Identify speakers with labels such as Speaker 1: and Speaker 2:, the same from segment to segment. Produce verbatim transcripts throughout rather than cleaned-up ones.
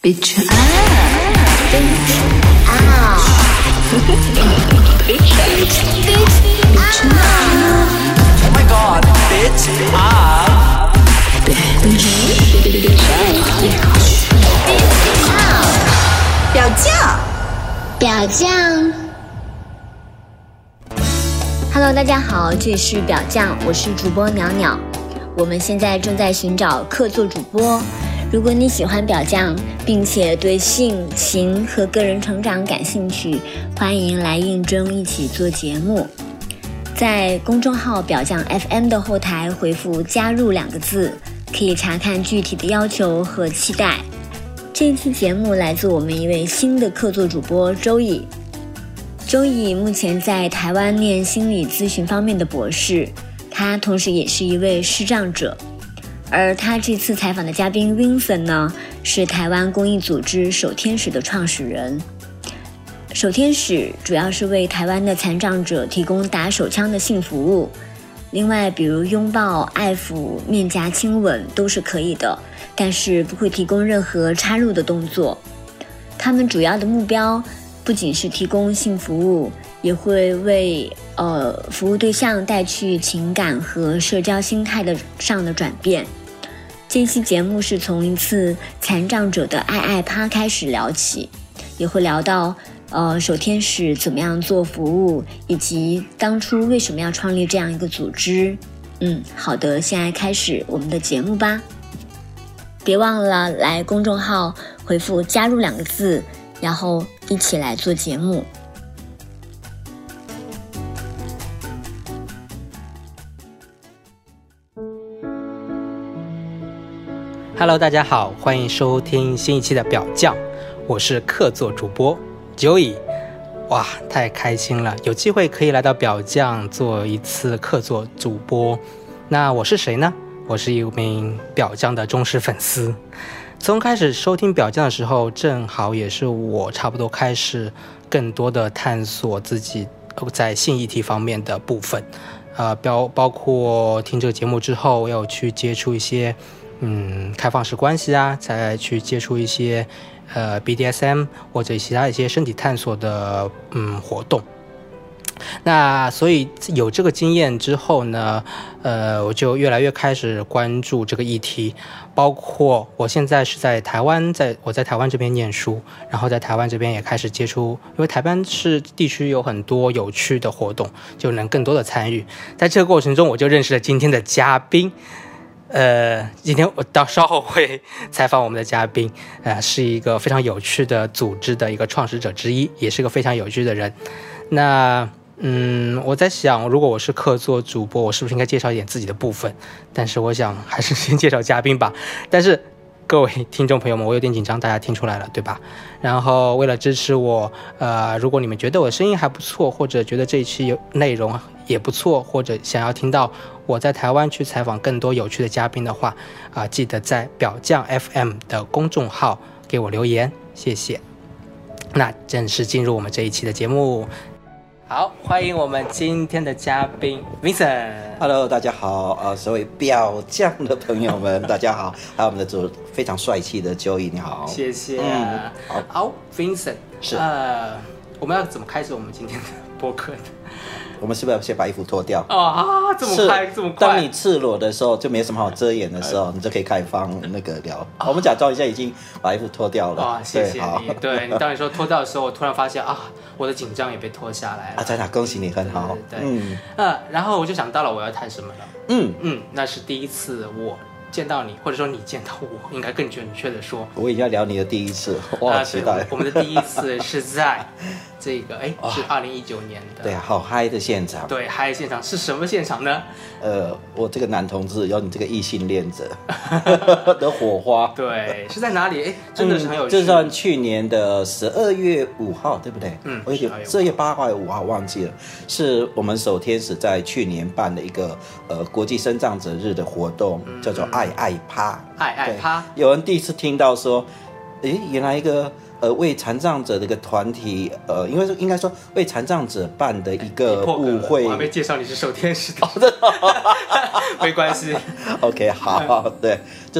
Speaker 1: Bitch up, bitch up, bitch up.
Speaker 2: Oh my god, bitch up,
Speaker 1: bitch up， 表酱，表酱。Hello， 大家好，这里是表酱，我是主播袅袅。我们现在正在寻找客座主播。如果你喜欢表酱，并且对性、情和个人成长感兴趣，欢迎来应征一起做节目。在公众号表酱 F M 的后台回复加入两个字，可以查看具体的要求和期待。这一期节目来自我们一位新的客座主播周乙。周乙目前在台湾念心理咨询方面的博士，他同时也是一位视障者。而他这次采访的嘉宾 Vincent 呢，是台湾公益组织手天使的创始人。手天使主要是为台湾的残障者提供打手枪的性服务，另外比如拥抱、爱抚、面颊亲吻都是可以的，但是不会提供任何插入的动作。他们主要的目标不仅是提供性服务，也会为呃服务对象带去情感和社交心态的上的转变。这期节目是从一次残障者的爱爱趴开始聊起，也会聊到呃手天使怎么样做服务，以及当初为什么要创立这样一个组织。嗯，好的，现在开始我们的节目吧。别忘了来公众号回复加入两个字，然后一起来做节目。
Speaker 3: Hello， 大家好，欢迎收听新一期的表酱，我是客座主播 Joey。哇，太开心了，有机会可以来到表酱做一次客座主播。那我是谁呢？我是一名表酱的忠实粉丝。从开始收听表酱的时候，正好也是我差不多开始更多的探索自己在性议题方面的部分。呃，包包括听这个节目之后，要去接触一些嗯，开放式关系啊，再去接触一些呃 B D S M 或者其他一些身体探索的嗯活动。那所以有这个经验之后呢，呃，我就越来越开始关注这个议题，包括我现在是在台湾，在我在台湾这边念书，然后在台湾这边也开始接触，因为台湾是地区有很多有趣的活动，就能更多的参与。在这个过程中，我就认识了今天的嘉宾。呃，今天我到稍后会采访我们的嘉宾，呃，是一个非常有趣的组织的一个创始者之一，也是个非常有趣的人。那嗯，我在想，如果我是客座主播，我是不是应该介绍一点自己的部分？但是我想还是先介绍嘉宾吧。但是各位听众朋友们，我有点紧张，大家听出来了对吧？然后为了支持我，呃，如果你们觉得我的声音还不错，或者觉得这一期有内容也不错，或者想要听到我在台湾去采访更多有趣的嘉宾的话，啊、呃，记得在表酱 F M 的公众号给我留言，谢谢。那正式进入我们这一期的节目。好，欢迎我们今天的嘉宾 Vincent。Hello，
Speaker 4: 大家好，呃，所谓表酱的朋友们，大家好，还有我们的主非常帅气的 Joey， 你好，
Speaker 3: 谢谢。嗯、好, 好 ，Vincent，
Speaker 4: 是，
Speaker 3: 呃，我们要怎么开始我们今天的播客呢？
Speaker 4: 我们是不是要先把衣服脱掉？
Speaker 3: 哦啊，这么快，这么快！
Speaker 4: 当你赤裸的时候，就没什么好遮掩的时候，你就可以开放那个聊。哦、我们假装一下已经把衣服脱掉了。
Speaker 3: 啊、哦，谢谢你。对你，当你说脱掉的时候，我突然发现啊，我的紧张也被脱下来了。
Speaker 4: 啊，真的，恭喜你，很好。
Speaker 3: 对，对嗯，呃，然后我就想到了我要谈什么了。
Speaker 4: 嗯
Speaker 3: 嗯，那是第一次我见到你，或者说你见到我，应该更准确的说，
Speaker 4: 我已经要聊你的第一次，我好期待。
Speaker 3: 我们的第一次是在这个哎，是二零一九年的，
Speaker 4: 对，好嗨的现场。
Speaker 3: 对，嗨的现场是什么现场呢？
Speaker 4: 呃，我这个男同志有你这个异性恋者的火花。
Speaker 3: 对，是在哪里？哎，真的是很有趣。
Speaker 4: 这算去年的十二月五号，对不对？
Speaker 3: 嗯，
Speaker 4: 我有点十二月八号还是五号忘记了。是我们手天使在去年办的一个呃国际身障者日的活动，嗯、叫做爱爱趴。
Speaker 3: 爱爱趴，
Speaker 4: 有人第一次听到说，诶，原来一个。呃，为残障者的一个团体，呃，因为应该说为残障者办的一个舞会，
Speaker 3: 我还没介绍你是手天使的，没关系。
Speaker 4: OK， 好，对，就是说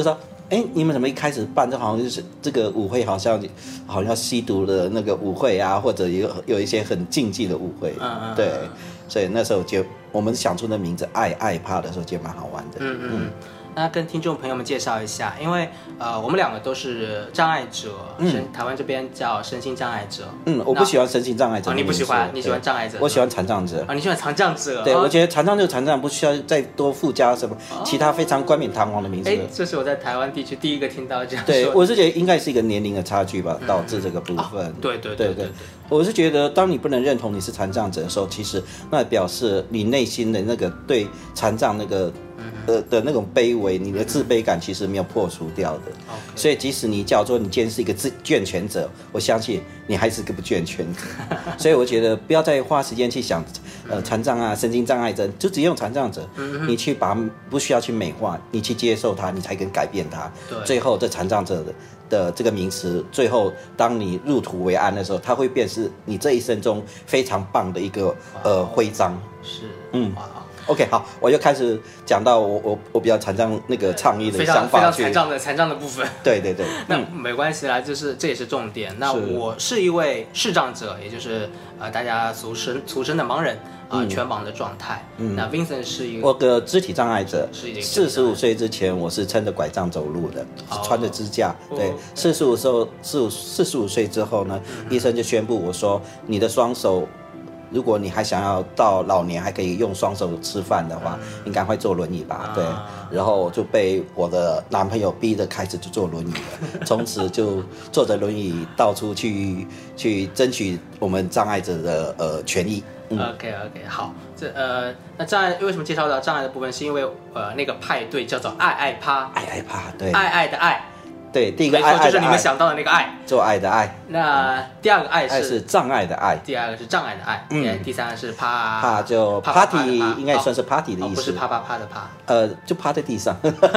Speaker 4: 哎，你们怎么一开始办这好像就是这个舞会，好像好像吸毒的那个舞会啊，或者有有一些很禁忌的舞会，
Speaker 3: 嗯嗯，
Speaker 4: 对，所以那时候就我们想出的名字爱爱趴的时候就蛮好玩的，
Speaker 3: 嗯嗯嗯。那跟听众朋友们介绍一下，因为呃，我们两个都是障碍者，身、台湾这边叫身心障碍者。
Speaker 4: 嗯，我不喜欢身心障碍者、
Speaker 3: 哦。你不喜欢？你喜欢障碍者？
Speaker 4: 我喜欢残障者。
Speaker 3: 啊、哦，你喜欢残障者？
Speaker 4: 对，
Speaker 3: 哦、
Speaker 4: 我觉得残障就残障，不需要再多附加什么、哦、其他非常冠冕堂皇的名字。
Speaker 3: 哎，这是我在台湾地区第一个听到这样
Speaker 4: 说。
Speaker 3: 对，
Speaker 4: 我是觉得应该是一个年龄的差距吧，嗯、导致这个部分。哦、
Speaker 3: 对对对 对, 对, 对, 对。
Speaker 4: 我是觉得，当你不能认同你是残障者的时候，其实那表示你内心的那个对残障那个。呃的那种卑微，你的自卑感其实没有破除掉的。Okay. 所以即使你叫做你今天是一个自健全者，我相信你还是个不健全者。所以我觉得不要再花时间去想，呃，残障啊、神经障碍症，就只用残障者，你去把它不需要去美化，你去接受它，你才能改变它。最后这残障者的的这个名词，最后当你入土为安的时候，它会变是你这一生中非常棒的一个呃徽章。
Speaker 3: 是，
Speaker 4: 嗯。OK， 好，我又开始讲到我我我比较残障那个倡议的想法，
Speaker 3: 非常非常残障的残障的部分。
Speaker 4: 对对对，
Speaker 3: 那没关系啦，就是这也是重点。那我是一位视障者，也就是呃大家俗称俗称的盲人啊、呃嗯，全盲的状态。嗯，那 Vincent 是一个
Speaker 4: 我的肢体障碍者，
Speaker 3: 四
Speaker 4: 十五岁之前我是撑着拐杖走路的，哦、穿着支架。对，四十五岁四四十五岁之后呢、嗯，医生就宣布我说你的双手。如果你还想要到老年还可以用双手吃饭的话，嗯、你赶快坐轮椅吧。啊、对，然后我就被我的男朋友逼着开始就坐轮椅了，从此就坐着轮椅到处去去争取我们障碍者的呃权益。
Speaker 3: 嗯、OK OK， 好，这呃，那障碍为什么介绍到障碍的部分？是因为呃那个派对叫做爱爱趴，
Speaker 4: 爱爱趴，对，
Speaker 3: 爱爱的爱。
Speaker 4: 对，第一个爱爱
Speaker 3: 就是你们想到的那个爱，
Speaker 4: 做爱的爱。
Speaker 3: 那第二个爱是
Speaker 4: 爱是障碍的爱，
Speaker 3: 第二个是障碍的爱，嗯，第三个是趴
Speaker 4: 趴就 party， 应该算是 party 的意思，
Speaker 3: 不是啪啪啪的啪，
Speaker 4: 呃，就趴在地上。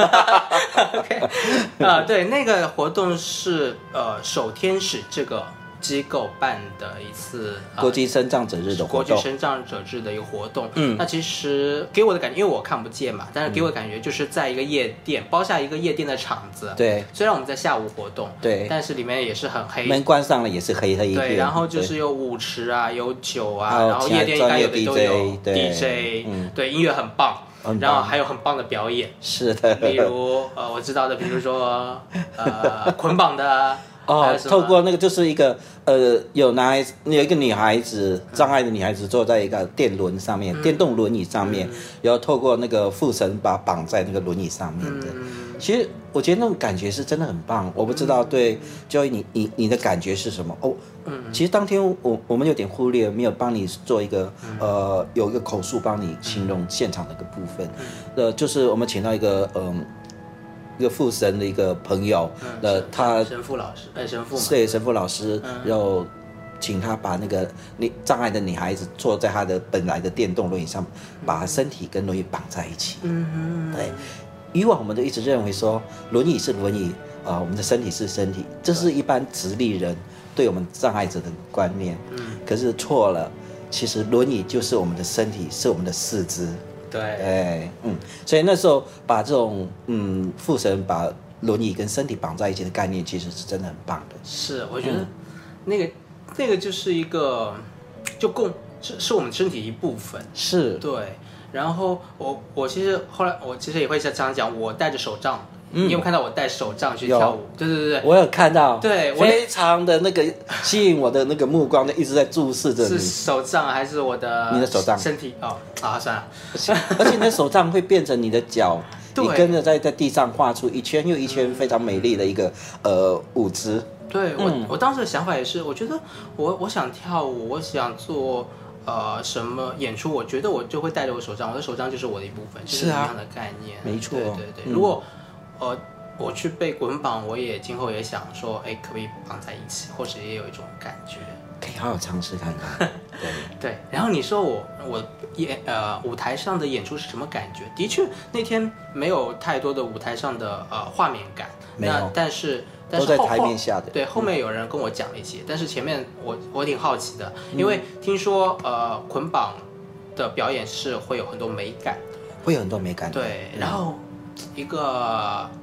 Speaker 3: OK， 啊、呃，对，那个活动是呃手天使这个机构办的一次、呃、
Speaker 4: 国际身障者日的活动，
Speaker 3: 国际身障者日的一个活动。嗯，那其实给我的感觉，因为我看不见嘛，但是给我的感觉就是在一个夜店、嗯、包下一个夜店的场子。
Speaker 4: 对，
Speaker 3: 虽然我们在下午活动，对，但是里面也是很黑，
Speaker 4: 门关上了也是黑黑一片。
Speaker 3: 对，然后就是有舞池啊，有酒啊，然后夜店应该有的都有 D J， 嗯，对，音乐很棒。然后还有很棒的表演，
Speaker 4: 是的，
Speaker 3: 比如呃我知道的，比如说呃捆绑的。
Speaker 4: 哦，透过那个就是一个呃，有男孩子有一个女孩子，障碍的女孩子坐在一个电轮上面，嗯、电动轮椅上面，嗯、然后透过那个副绳把绑在那个轮椅上面的。嗯、其实我觉得那种感觉是真的很棒。我不知道对 Joy 你你你的感觉是什么？哦，嗯、其实当天我我们有点忽略，没有帮你做一个、嗯、呃有一个口述帮你形容现场的一个部分。嗯、呃，就是我们请到一个嗯。呃一个副神的一个朋友，呃、嗯，他
Speaker 3: 神父老师，哎，神父嘛，
Speaker 4: 对，神父老师，嗯、然后请他把那个你障碍的女孩子坐在他的本来的电动轮椅上，把她身体跟轮椅绑在一起。嗯嗯，对。以往我们都一直认为说轮椅是轮椅啊、呃，我们的身体是身体，这是一般直立人对我们障碍者的观念。嗯，可是错了，其实轮椅就是我们的身体，是我们的四肢。
Speaker 3: 对，
Speaker 4: 哎，嗯，所以那时候把这种嗯父神把轮椅跟身体绑在一起的概念，其实是真的很棒的。
Speaker 3: 是，我觉得那个、嗯、那个就是一个就共是是我们身体一部分。
Speaker 4: 是，
Speaker 3: 对。然后我我其实后来我其实也会这样讲，我带着手杖。嗯、你有看到我带手杖去跳舞？对对对对，
Speaker 4: 我有看到，
Speaker 3: 对，
Speaker 4: 非常的那个吸引我的那个目光，就一直在注视着你。
Speaker 3: 是手杖还是我的？
Speaker 4: 你的手杖，
Speaker 3: 身体哦，啊，算了。
Speaker 4: 而且你的手杖会变成你的脚，你跟着在在地上画出一圈又一圈非常美丽的一个、嗯、呃舞姿。
Speaker 3: 对我、嗯，我当时的想法也是，我觉得我我想跳舞，我想做。呃，什么演出？我觉得我就会带着我手杖，我的手杖就是我的一部分，就是一样的概念。
Speaker 4: 没错，
Speaker 3: 对对对。嗯、如果呃我去被滚绑，我也今后也想说，哎，可不可以绑在一起，或者也有一种感觉，
Speaker 4: 可以好好尝试看看。对
Speaker 3: 对。然后你说我我演呃舞台上的演出是什么感觉？的确那天没有太多的舞台上的呃画面感，
Speaker 4: 没有。
Speaker 3: 那但是。但是
Speaker 4: 都在台面下的，
Speaker 3: 对，后面有人跟我讲了一些，嗯、但是前面我我挺好奇的，因为听说呃捆绑的表演是会有很多美感，
Speaker 4: 会有很多美感，
Speaker 3: 对，然后一个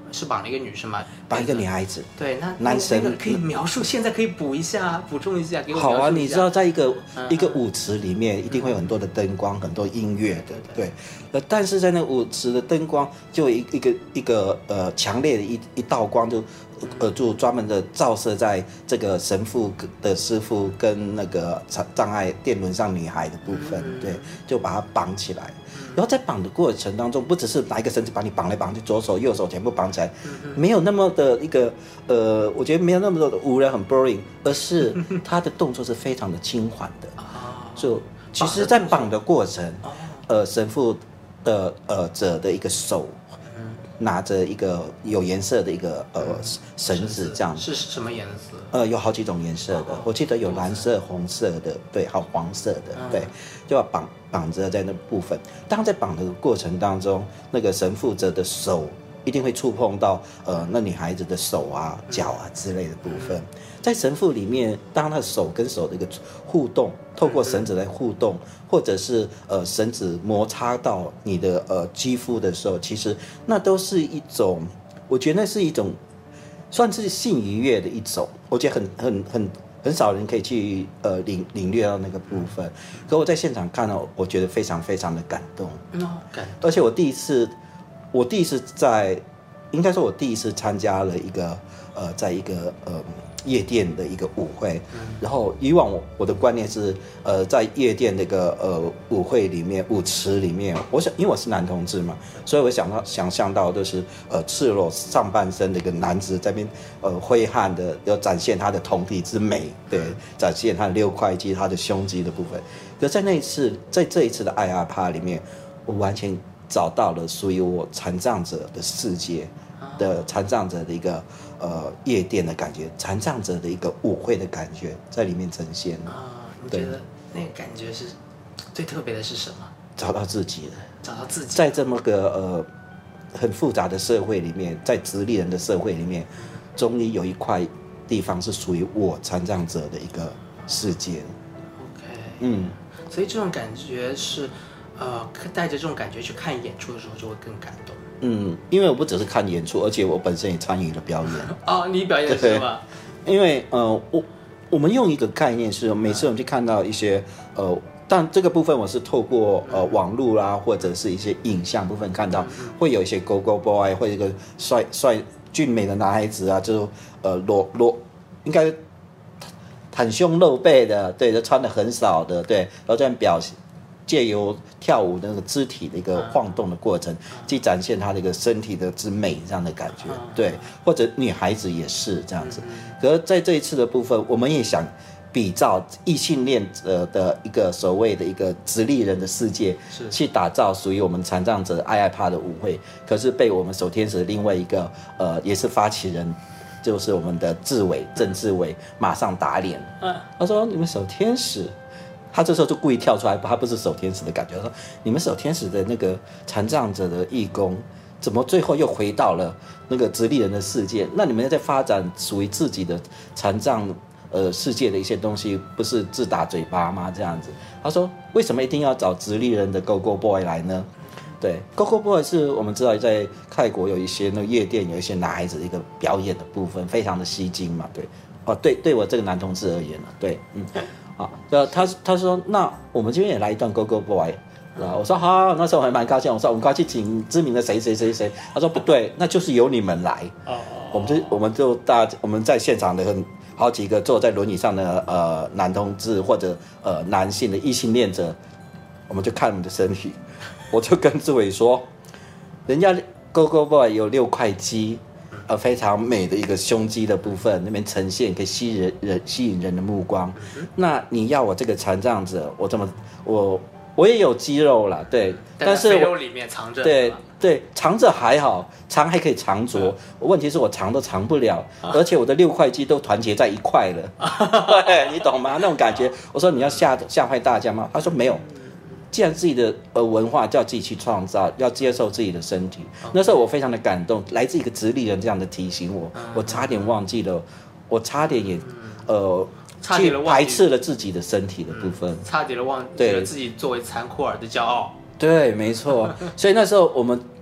Speaker 3: 是绑了一个女生吗？
Speaker 4: 绑一个女孩子。
Speaker 3: 对，那
Speaker 4: 男生
Speaker 3: 那个可以描述，现在可以补一下，补充一下，给我
Speaker 4: 好啊，
Speaker 3: 描述一下。
Speaker 4: 你知道，在一个、
Speaker 3: 嗯、
Speaker 4: 一个舞池里面，一定会有很多的灯光，嗯、很多音乐的，对。呃，但是在那舞池的灯光，就有一一个一个呃强烈的一一道光就，呃就专门的照射在这个神父的师傅跟那个障碍电轮上女孩的部分，嗯、对，就把它绑起来。然后在绑的过程当中，不只是拿一个绳子把你绑来绑去，左手右手全部绑起来，嗯、没有那么的一个呃，我觉得没有那么多的无人很 boring， 而是他的动作是非常的轻缓的。就、哦、其实，在绑的过程，呃，神父的呃者的一个手。拿着一个有颜色的一个呃绳子，这样
Speaker 3: 是什么颜色？
Speaker 4: 呃，有好几种颜色的，哦、我记得有蓝色、红色的，对，还有黄色的，嗯、对，就要绑绑着在那部分。当在绑的过程当中，那个神父者的手一定会触碰到呃那女孩子的手啊、脚啊之类的部分。在神父里面，当他的手跟手的一个互动，透过绳子来互动，或者是呃绳子摩擦到你的呃肌肤的时候，其实那都是一种，我觉得那是一种算是性愉悦的一种，我觉得很很很很少人可以去呃领领略到那个部分。可我在现场看到，我觉得非常非常的感动，
Speaker 3: 嗯、感动。
Speaker 4: 而且我第一次，我第一次在，应该说我第一次参加了一个呃，在一个呃。夜店的一个舞会，然后以往我我的观念是，呃，在夜店那个呃舞会里面，舞池里面，我想因为我是男同志嘛，所以我想到想象到就是呃赤裸上半身的一个男子在那边呃挥汗的，要展现他的酮体之美，对，展现他的六块肌、他的胸肌的部分。可在那一次，在这一次的爱阿帕里面，我完全找到了属于我残障者的世界的残障者的一个。呃，夜店的感觉，残障者的一个舞会的感觉，在里面呈现
Speaker 3: 啊、呃。你觉得那个感觉是最特别的是什么？
Speaker 4: 找到自己了，
Speaker 3: 找到自己，
Speaker 4: 在这么个呃很复杂的社会里面，在直立人的社会里面，终于有一块地方是属于我残障者的一个世界。
Speaker 3: OK，
Speaker 4: 嗯，
Speaker 3: 所以这种感觉是，呃，带着这种感觉去看演出的时候，就会更感动。
Speaker 4: 嗯，因为我不只是看演出，而且我本身也参与了表演。
Speaker 3: 哦，你表演是吗？
Speaker 4: 因为呃，我我们用一个概念是，每次我们去看到一些呃，但这个部分我是透过呃网络啦，或者是一些影像部分看到，会有一些 Go Go Boy 或者一个帅帅俊美的男孩子啊，就呃裸裸应该袒胸露背的，对，就穿的很少的，对，然后这样表现。借由跳舞的那个肢体的一个晃动的过程，去展现他的一个身体的之美这样的感觉，对，或者女孩子也是这样子。可是在这一次的部分，我们也想比照异性恋者的一个所谓的一个直立人的世界，去打造属于我们残障者爱爱趴的舞会。可是被我们守天使另外一个呃，也是发起人。就是我们的志伟郑志伟马上打脸，他说：“你们守天使。”他这时候就故意跳出来，他不是守天使的感觉，他说：“你们守天使的那个残障者的义工，怎么最后又回到了那个直立人的世界？那你们在发展属于自己的残障呃世界的一些东西，不是自打嘴巴吗？这样子。”他说：“为什么一定要找直立人的 Go Go Boy 来呢？”对 ，Go Go Boy 是我们知道在泰国有一些那个夜店有一些男孩子的一个表演的部分，非常的吸睛嘛。对，哦，对，对我这个男同志而言呢，对，嗯。啊，呃，他他说，那我们这边也来一段 Go Go Boy， 啊，我说好，那时候我还蛮高兴，我说我们快去请知名的谁谁谁谁，他说不对，那就是由你们来，哦，我们就我们就大我们在现场的很好几个坐在轮椅上的呃男同志或者呃男性的异性恋者，我们就看我们的身体，我就跟志伟说，人家 Go Go Boy 有六块肌。呃，非常美的一个胸肌的部分，那边呈现可以吸引人人吸引人的目光。嗯、那你要我这个残障者，我怎么我我也有肌肉啦，对，但是
Speaker 3: 肥肉里面藏着，
Speaker 4: 对对，藏着还好，藏还可以藏着。嗯、问题是我藏都藏不了，啊、而且我的六块肌都团结在一块了，对，你懂吗？那种感觉。我说你要吓吓坏大家吗？他说没有。既然自己的呃文化叫自己去创造，要接受自己的身体。Okay. 那时候我非常的感动，来自一个直立人这样的提醒我，嗯、我差点忘记了，我差点也、嗯、呃去排斥了自己的身体的部分，嗯、
Speaker 3: 差点了忘记了自己作为残酷儿的骄傲。
Speaker 4: 对，没错。所以那时候我们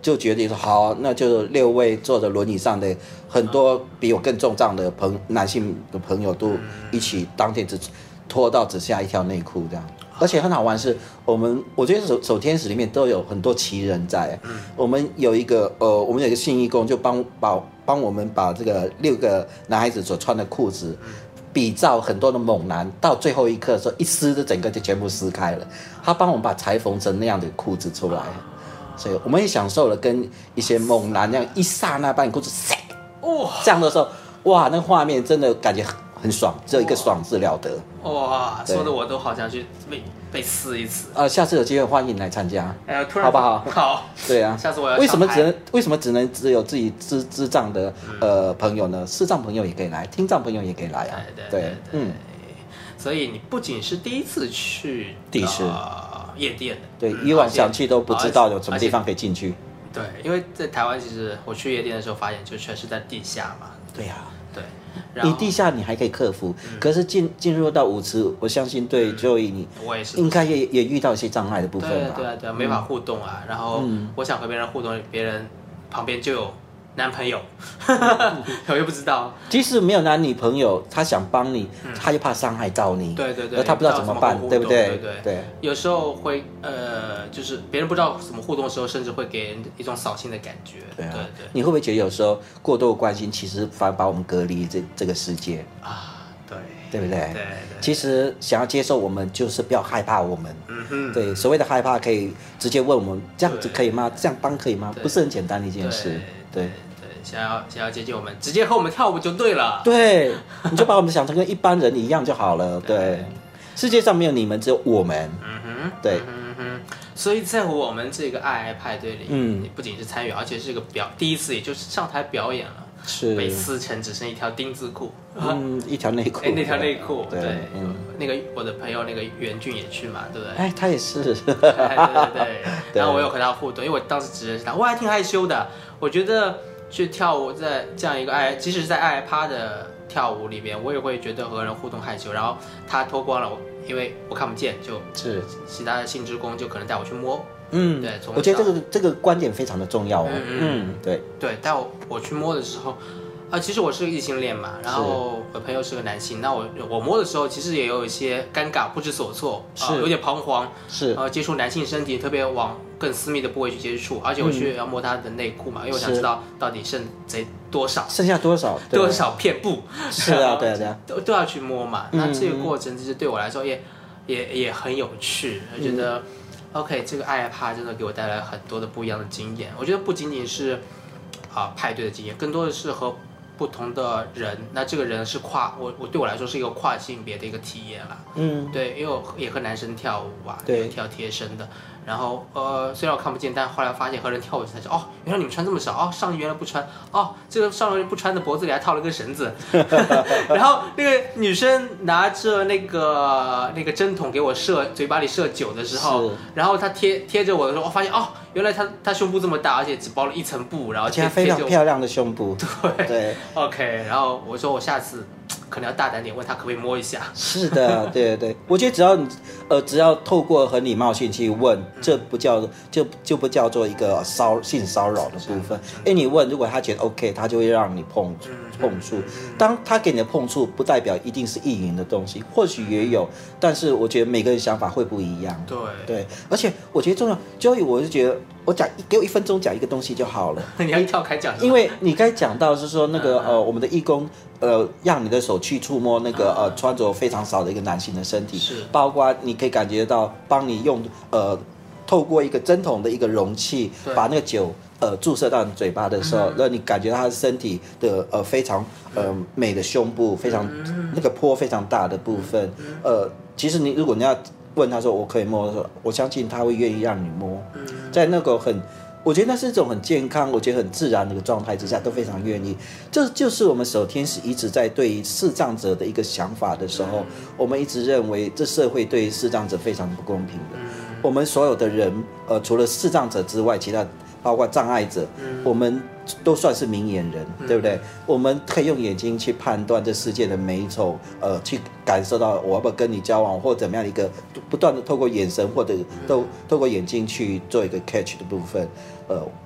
Speaker 4: 就决定说好，那就六位坐着轮椅上的很多比我更重障的朋男性的朋友都一起当天只脱到只下一条内裤这样。而且很好玩是，我们我觉得守守天使里面都有很多奇人在。嗯、我们有一个呃，我们有一个信义工就帮把帮我们把这个六个男孩子所穿的裤子，比照很多的猛男，到最后一刻的时候一撕就整个就全部撕开了。他帮我们把裁缝成那样的裤子出来，所以我们也享受了跟一些猛男那样一刹那把你裤子塞，哇，这样的时候，哇，那个画面真的感觉很。很爽，只有一个爽字了得。
Speaker 3: 哇，说的我都好想去被被撕一次。
Speaker 4: 呃，下次有机会欢迎来参加，
Speaker 3: 哎，突然
Speaker 4: 好不好？
Speaker 3: 好，
Speaker 4: 对啊。
Speaker 3: 下次我要。
Speaker 4: 为什么只能为什么只能只有自己智智障的呃朋友呢？视障朋友也可以来，听障朋友也可以来啊。
Speaker 3: 对对对，嗯。所以你不仅是第一次去
Speaker 4: 第一次
Speaker 3: 夜店，
Speaker 4: 对，以往想去都不知道有什么地方可以进去。
Speaker 3: 对，因为在台湾其实我去夜店的时候发现，就全是在地下嘛。
Speaker 4: 对呀。
Speaker 3: 对。
Speaker 4: 你地下你还可以克服，嗯、可是进进入到舞池，我相信对 Joey 你，
Speaker 3: 我也是，
Speaker 4: 应该也也遇到一些障碍的部分吧？
Speaker 3: 对啊对啊，没法互动啊。嗯、然后我想和别人互动，别人旁边就有男朋友，我又不知道。
Speaker 4: 即使没有男女朋友，他想帮你，嗯、他又怕伤害到你，
Speaker 3: 对对对，
Speaker 4: 而他不知道怎么办，对不对？
Speaker 3: 对对对。有时候会呃，就是别人不知道怎么互动的时候，甚至会给人一种扫兴的感觉。
Speaker 4: 对啊，
Speaker 3: 对对。
Speaker 4: 你会不会觉得有时候过度关心，其实反而把我们隔离这这个世界
Speaker 3: 啊？对，
Speaker 4: 对不对？
Speaker 3: 对对。
Speaker 4: 其实想要接受我们，就是不要害怕我们。嗯哼。对，所谓的害怕，可以直接问我们：这样子可以吗？这样帮可以吗？不是很简单的一件事。对。
Speaker 3: 想要想要接近我们，直接和我们跳舞就对了。
Speaker 4: 对，你就把我们想成跟一般人一样就好了。对，世界上没有你们，只有我们。嗯哼，对。
Speaker 3: 嗯哼，所以在我们这个爱爱派对里，嗯，你不仅是参与，而且是一个表第一次，也就是上台表演了。
Speaker 4: 是。
Speaker 3: 被撕成只剩一条丁字裤。
Speaker 4: 嗯，一条内裤。
Speaker 3: 哎，那条内裤，
Speaker 4: 对，
Speaker 3: 嗯，那个我的朋友那个袁俊也去嘛，对不对？
Speaker 4: 哎，他也是。对对
Speaker 3: 对。然后我有和他互动，因为我当时只认识他，我还挺害羞的。我觉得。去跳舞，在这样一个爱，即使是在爱爱趴的跳舞里面，我也会觉得和人互动害羞。然后他脱光了，因为我看不见，就是其他的性职工就可能带我去摸。嗯，对，
Speaker 4: 我觉得这个这个观点非常的重要哦。嗯嗯，对
Speaker 3: 对，带我我去摸的时候，啊，其实我是个异性恋嘛，然后我朋友是个男性，那我我摸的时候其实也有一些尴尬、不知所措，是、呃、有点彷徨，
Speaker 4: 是
Speaker 3: 呃接触男性身体，特别往更私密的部位去接触，而且我去要摸他的内裤嘛，因为我想知道到底剩贼多少，
Speaker 4: 剩下多少
Speaker 3: 多少片布，
Speaker 4: 是啊，对啊，对啊，
Speaker 3: 都都要去摸嘛。那这个过程其实对我来说也也也很有趣，我觉得、嗯、OK， 这个爱爱趴真的给我带来很多的不一样的经验。我觉得不仅仅是啊、呃、派对的经验，更多的是和不同的人，那这个人是跨我我对我来说是一个跨性别的一个体验啦。嗯，对，因为我也和男生跳舞啊，对，跳贴身的。然后呃，虽然我看不见，但后来发现和人跳舞才知道，哦，原来你们穿这么少，哦，上衣原来不穿，哦，这个上衣不穿的脖子里还套了根绳子。然后那个女生拿着那个那个针筒给我射嘴巴里射酒的时候，然后她贴贴着我的时候，我发现哦，原来她她胸部这么大，而且只包了一层布，然后贴
Speaker 4: 非常漂亮的胸部。
Speaker 3: 对
Speaker 4: 对
Speaker 3: ，OK， 然后我说我下次可能要大胆点，问他可不可以摸一下。是
Speaker 4: 的，对对对，我觉得只要你呃，只要透过很礼貌性去问，嗯、这不叫就就不叫做一个骚性骚扰的部分。哎，你问，如果他觉得 OK， 他就会让你碰触、嗯、碰触。当他给你的碰触，不代表一定是意淫的东西，或许也有，但是我觉得每个人想法会不一样。
Speaker 3: 对
Speaker 4: 对，而且我觉得重要，Joey，我就觉得我讲给我一分钟讲一个东西就好了。
Speaker 3: 你要一跳开讲，
Speaker 4: 因为你该讲到是说那个、嗯、呃，我们的义工。呃，让你的手去触摸那个呃穿着非常少的一个男性的身体，
Speaker 3: 是
Speaker 4: 包括你可以感觉到，帮你用呃透过一个针筒的一个容器，把那个酒呃注射到你嘴巴的时候，让、嗯、你感觉到他的身体的呃非常呃美的胸部，非常、嗯、那个坡非常大的部分，嗯、呃，其实你如果你要问他说我可以摸的时候，我相信他会愿意让你摸，嗯、在那个很。我觉得那是一种很健康，我觉得很自然的一个状态之下，都非常愿意。这就是我们守天使一直在对于视障者的一个想法的时候，嗯、我们一直认为这社会对于视障者非常不公平的。嗯、我们所有的人，呃，除了视障者之外，其他包括障碍者，嗯、我们都算是明眼人，嗯、对不对？我们可以用眼睛去判断这世界的美丑，呃，去感受到我要不要跟你交往，或怎么样的一个不断的透过眼神或者透透过眼睛去做一个 catch 的部分。呃，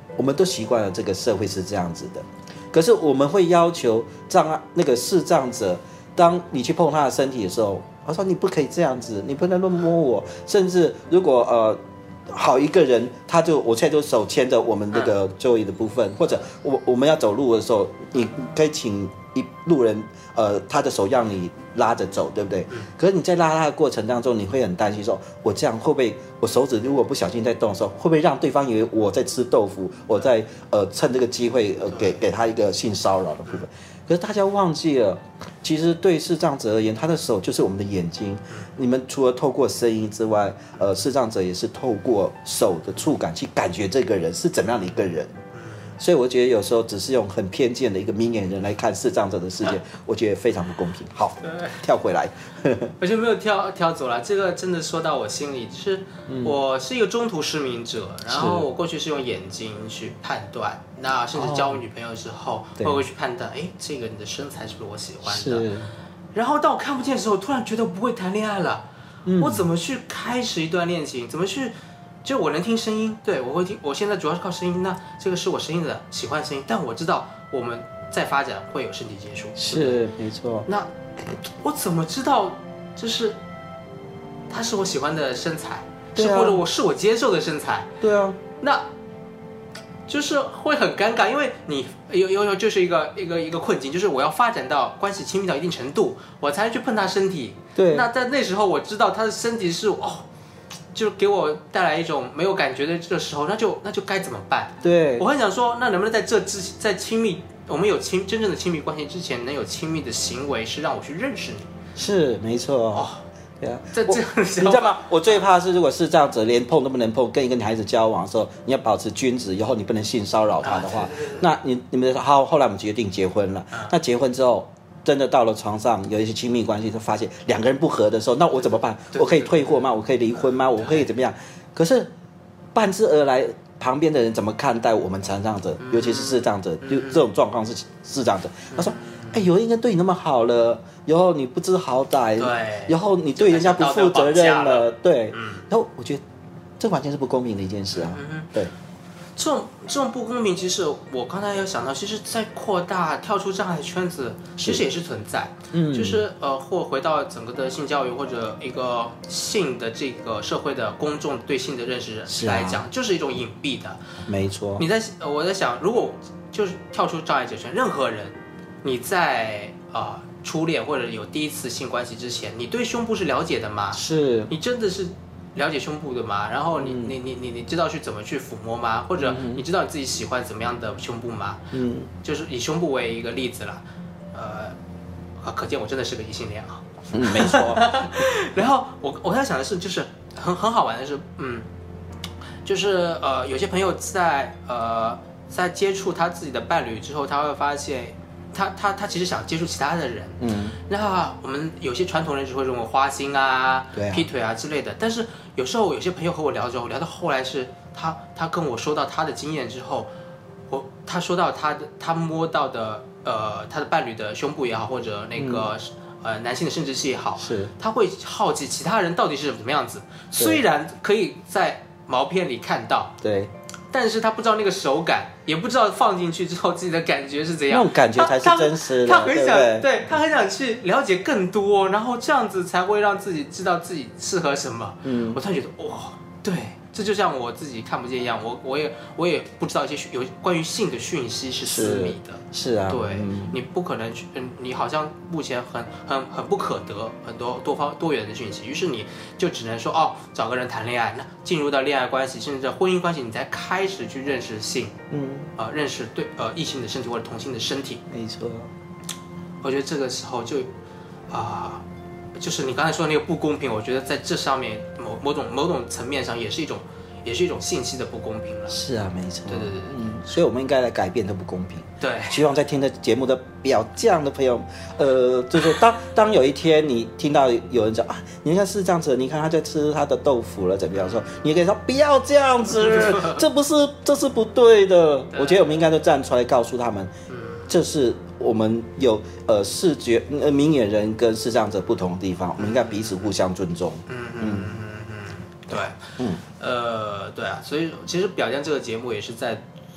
Speaker 4: 我们都习惯了这个社会是这样子的。可是我们会要求障碍那个视障者，当你去碰他的身体的时候，他说你不可以这样子，你不能乱摸我。甚至如果呃好一个人，他就我现在就手牵着我们这个座椅的部分，或者我我们要走路的时候，你可以请一路人呃他的手让你拉着走，对不对？可是你在拉他的过程当中，你会很担心说，我这样会不会我手指如果不小心在动的时候，会不会让对方以为我在吃豆腐，我在呃趁这个机会呃给给他一个性骚扰的部分。可是大家忘记了，其实对视障者而言，他的手就是我们的眼睛。你们除了透过声音之外，呃，视障者也是透过手的触感去感觉这个人是怎么样的一个人。所以我觉得有时候只是用很偏见的一个明眼人来看视障者的世界，我觉得非常不公平。好，跳回来，
Speaker 3: 我就没有跳跳走了。这个真的说到我心里，就是我是一个中途失明者，然后我过去是用眼睛去判断，那甚至交我女朋友之后，我会去判断，哎，这个你的身材是不是我喜欢的？然后当我看不见的时候，突然觉得我不会谈恋爱了，嗯、我怎么去开始一段恋情？怎么去？就我能听声音，对我会听。我现在主要是靠声音，那这个是我声音的喜欢声音，但我知道我们在发展会有身体接触，
Speaker 4: 是没错。
Speaker 3: 那我怎么知道就是他是我喜欢的身材，是、啊、或者我是我接受的身材？
Speaker 4: 对啊，
Speaker 3: 那就是会很尴尬，因为你有有有就是一个一个一个困境，就是我要发展到关系亲密到一定程度，我才去碰他身体。
Speaker 4: 对，
Speaker 3: 那在那时候我知道他的身体是哦。就给我带来一种没有感觉的这个时候，那就那就该怎么办？
Speaker 4: 对，
Speaker 3: 我很想说，那能不能在这之在亲密，我们有亲真正的亲密关系之前，能有亲密的行为，是让我去认识你？
Speaker 4: 是没错哦，对啊，
Speaker 3: 在这样的时候，
Speaker 4: 你知道吗？我最怕的是，如果是这样子，连碰都不能碰，跟一个女孩子交往的时候，你要保持君子，以后你不能性骚扰她的话，啊、那你你们好，后来我们决定结婚了。啊、那结婚之后。真的到了床上有一些亲密关系，就发现两个人不合的时候，那我怎么办？我可以退货吗？我可以离婚吗？我可以怎么样？可是伴之而来，旁边的人怎么看待我们残障者，尤其是视障者？就这种状况是视障者，他说：“哎，有人应该对你那么好了，然后你不知好歹，然后你对人家不负责任了，对。然后我觉得这完全是不公平的一件事啊，对。”
Speaker 3: 这种这种不公平，其实我刚才有想到，其实，在扩大跳出障碍圈子，其实也是存在。嗯，就是呃，或回到整个的性教育或者一个性的这个社会的公众对性的认识来讲，是、啊、就是一种隐蔽的。
Speaker 4: 没错。
Speaker 3: 你在我在想，如果就是跳出障碍者圈，任何人，你在啊、呃、初恋或者有第一次性关系之前，你对胸部是了解的吗？
Speaker 4: 是。你
Speaker 3: 真的是。了解胸部的吗？然后你、嗯、你你你你知道去怎么去抚摸吗？或者你知道你自己喜欢怎么样的胸部吗？嗯，就是以胸部为一个例子啦，呃，可见我真的是个异性恋啊。
Speaker 4: 嗯，没错。
Speaker 3: 然后我我在想的是，就是很很好玩的是，嗯，就是呃，有些朋友在呃在接触他自己的伴侣之后，他会发现。他他他其实想接触其他的人，嗯，那我们有些传统人只会认为花心啊、对啊劈腿啊之类的，但是有时候有些朋友和我聊之后，聊到后来是他他跟我说到他的经验之后，我他说到他的他摸到的呃他的伴侣的胸部也好，或者那个、嗯、呃男性的生殖器也好，是他会好奇其他人到底是怎么样子，虽然可以在毛片里看到，对。但是他不知道那个手感，也不知道放进去之后自己的感觉是怎样。
Speaker 4: 那种感觉才是真实的。
Speaker 3: 他, 他很想，
Speaker 4: 对,
Speaker 3: 对他很想去了解更多，然后这样子才会让自己知道自己适合什么。嗯，我突然觉得，哇，对，这就像我自己看不见一样，我我也我也不知道一些有关于性的讯息是私密的。
Speaker 4: 是, 是啊，
Speaker 3: 对、嗯，你不可能去，你好像目前很很很不可得很多多方多元的讯息，于是你就只能说哦，找个人谈恋爱，那进入到恋爱关系，甚至婚姻关系，你才开始去认识性，嗯，呃，认识对呃异性的身体或者同性的身体。
Speaker 4: 没错，
Speaker 3: 我觉得这个时候就啊、呃，就是你刚才说的那个不公平，我觉得在这上面某某种某种层面上也是一种。也是一种信息的不公平了。
Speaker 4: 是啊，没错。
Speaker 3: 对对对，
Speaker 4: 嗯，所以我们应该来改变这不公平。
Speaker 3: 对，
Speaker 4: 希望在听的节目的表匠的朋友，呃，就是当当有一天你听到有人讲啊，你看是这样子，你看他在吃他的豆腐了，怎么样说？你可以说不要这样子，这不是这是不对的。我觉得我们应该都站出来告诉他们，嗯，这是我们有呃视觉呃明眼人跟视障者不同的地方，我们应该彼此互相尊重。嗯嗯。
Speaker 3: 对，嗯，呃，对啊，所以其实表匠这个节目也是在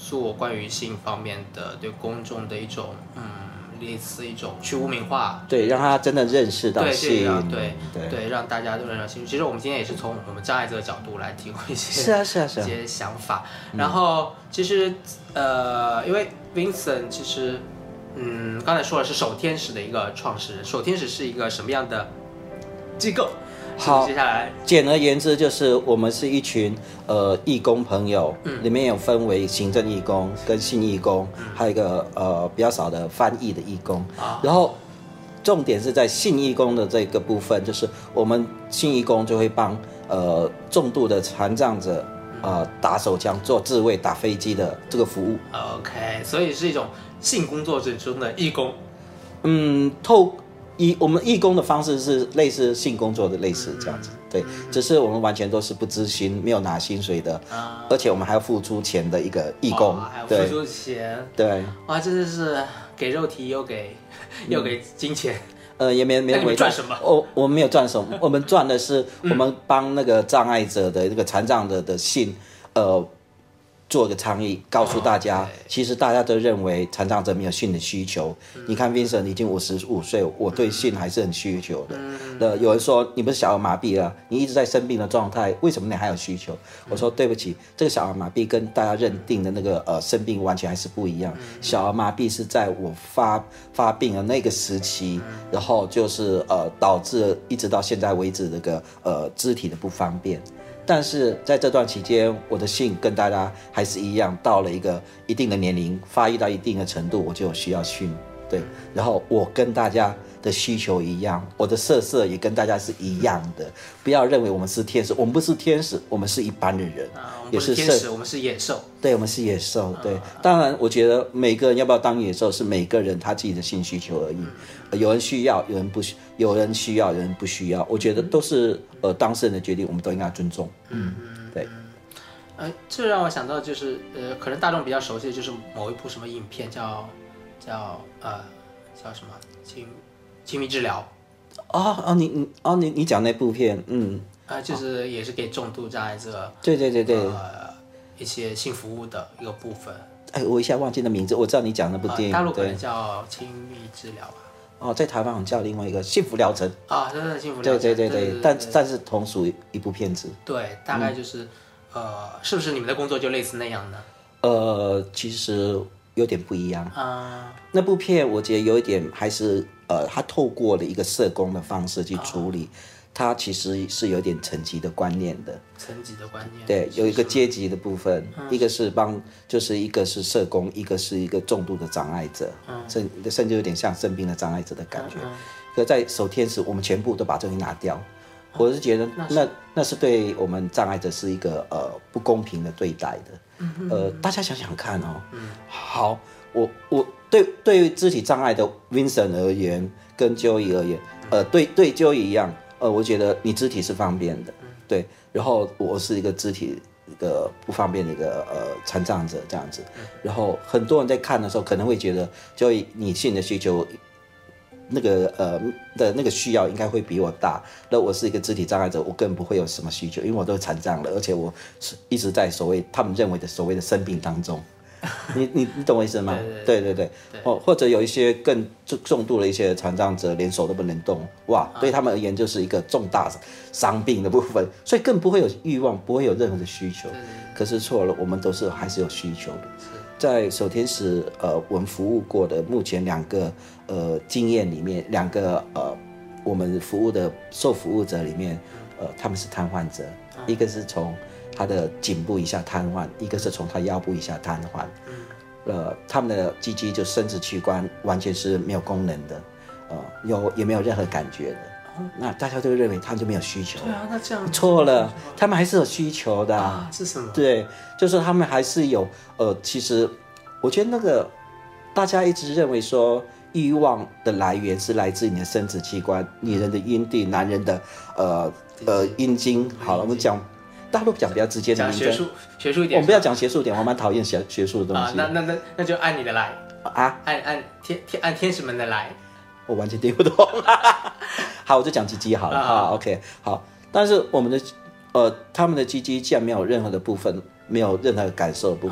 Speaker 3: 做关于性方面的对公众的一种嗯。类似一种去污名化，
Speaker 4: 对，让他真的认识到性，
Speaker 3: 对对 对, 对，让大家都认识到性。其实我们今天也是从我们障碍者的角度来提供一些
Speaker 4: 是啊是啊是啊
Speaker 3: 一些想法。然后其实呃，因为 Vincent 其实嗯，刚才说的是手天使的一个创始人，手天使是一个什么样的机构？
Speaker 4: 好，
Speaker 3: 接下来
Speaker 4: 简而言之就是我们是一群呃义工朋友，嗯，里面有分为行政义工跟性义工，嗯、还有一个呃比较少的翻译的义工，啊、然后重点是在性义工的这个部分，就是我们性义工就会帮呃重度的残障者呃打手枪、做自卫、打飞机的这个服务。
Speaker 3: OK， 所以是一种性工作者中的义工。
Speaker 4: 嗯，透。义我们义工的方式是类似性工作的类似这样子，对，只是我们完全都是不支薪，没有拿薪水的，啊、而且我们还要付出钱的一个义工，
Speaker 3: 哦、还要付出钱，
Speaker 4: 对，
Speaker 3: 哇，真的是给肉体又给、嗯、又给金钱，
Speaker 4: 呃，也没没
Speaker 3: 有赚什么，
Speaker 4: 我我们没有赚什么，我们赚的是我们帮那个障碍者的那个残障者的性，呃。做个倡议，告诉大家， oh, 其实大家都认为残障者没有性的需求。嗯、你看 Vincent 已经五十五岁，我对性还是很需求的。嗯、呃，有人说你不是小儿麻痹了，你一直在生病的状态，为什么你还有需求？嗯、我说对不起，这个小儿麻痹跟大家认定的那个呃生病完全还是不一样。嗯、小儿麻痹是在我发发病的那个时期，嗯、然后就是呃导致一直到现在为止这个呃肢体的不方便。但是在这段期间，我的性跟大家还是一样，到了一个一定的年龄，发育到一定的程度，我就有需要性，对。然后我跟大家的需求一样，我的色色也跟大家是一样的。不要认为我们是天使，我们不是天使，我们是一般的人，
Speaker 3: 啊、我们不是天使，我们是野兽。
Speaker 4: 对，我们是野兽。对，啊、当然，我觉得每个人要不要当野兽，是每个人他自己的性需求而已。嗯、有人需要，有人不需，有人需要，有人不需要。我觉得都是呃当事人的决定，我们都应该尊重。嗯，对。
Speaker 3: 呃，这让我想到就是呃，可能大众比较熟悉的就是某一部什么影片叫叫呃叫什么亲亲密治疗。
Speaker 4: 哦哦，你你哦你你讲那部片，嗯，
Speaker 3: 啊、呃，就是也是给重度障碍者，
Speaker 4: 对对对对，
Speaker 3: 呃，一些性服务的一个部分。
Speaker 4: 哎，我一下忘记了名字，我知道你讲那部电影，
Speaker 3: 呃、大陆可能叫亲密治疗吧。
Speaker 4: 哦，在台湾好像叫另外一个幸福疗程
Speaker 3: 啊，真的幸福疗程，
Speaker 4: 对对对 对, 对, 对，但但是同属一部片子。
Speaker 3: 对，大概就是，嗯、呃，是不是你们的工作就类似那样呢？
Speaker 4: 呃，其实有点不一样啊。那部片我觉得有一点还是呃，他透过了一个社工的方式去处理，他、啊、其实是有点层级的观念的。
Speaker 3: 层级的观念。
Speaker 4: 对，有一个阶级的部分，嗯、一个是帮，就是一个是社工，一个是一个重度的障碍者，嗯、甚甚至有点像生病的障碍者的感觉。嗯嗯、可在手天使，我们全部都把这东西拿掉。我是觉得那那那是对我们障碍者是一个呃不公平的对待的。嗯、呃，大家想想看哦。嗯、好，我我对对于肢体障碍的 Vincent 而言，跟 Joey 而言，呃，对对 Joey 一样，呃，我觉得你肢体是方便的，嗯、对，然后我是一个肢体一个不方便的一个呃残障者这样子，嗯、然后很多人在看的时候可能会觉得 Joey 你性的需求。那个呃的那个需要应该会比我大，那我是一个肢体障碍者，我根本不会有什么需求，因为我都残障了，而且我是一直在所谓他们认为的所谓的生病当中。你你你懂我意思吗？对对 对, 对, 对哦，或者有一些更重度的一些残障者，连手都不能动，哇，对他们而言就是一个重大伤病的部分，所以更不会有欲望，不会有任何的需求。可是错了，我们都是还是有需求的。在手天使呃我们服务过的目前两个呃经验里面，两个呃我们服务的受服务者里面，呃他们是瘫痪者，一个是从他的颈部以下瘫痪，一个是从他腰部以下瘫痪，呃他们的鸡鸡就生殖器官完全是没有功能的，呃有也没有任何感觉的。那大家都认为他们就没有需求。
Speaker 3: 对啊，那这样
Speaker 4: 错了，他们还是有需求的
Speaker 3: 啊。是什么？
Speaker 4: 对，就是他们还是有呃，其实我觉得那个大家一直认为说欲望的来源是来自你的生殖器官，女人的阴蒂，男人的呃呃阴茎。好了，我们讲大陆讲比较直接的名称，
Speaker 3: 讲学术学术一点，
Speaker 4: 我们不要讲学术点，我蛮讨厌学学术的东西。
Speaker 3: 啊，那那那那就按你的来
Speaker 4: 啊，
Speaker 3: 按按天天按天使们的来。
Speaker 4: 我完全听不懂。好，我就讲鸡鸡好了哈、啊、OK 好，但是我们的呃他们的鸡鸡既然没有任何的部分，没有任何感受的部分，啊、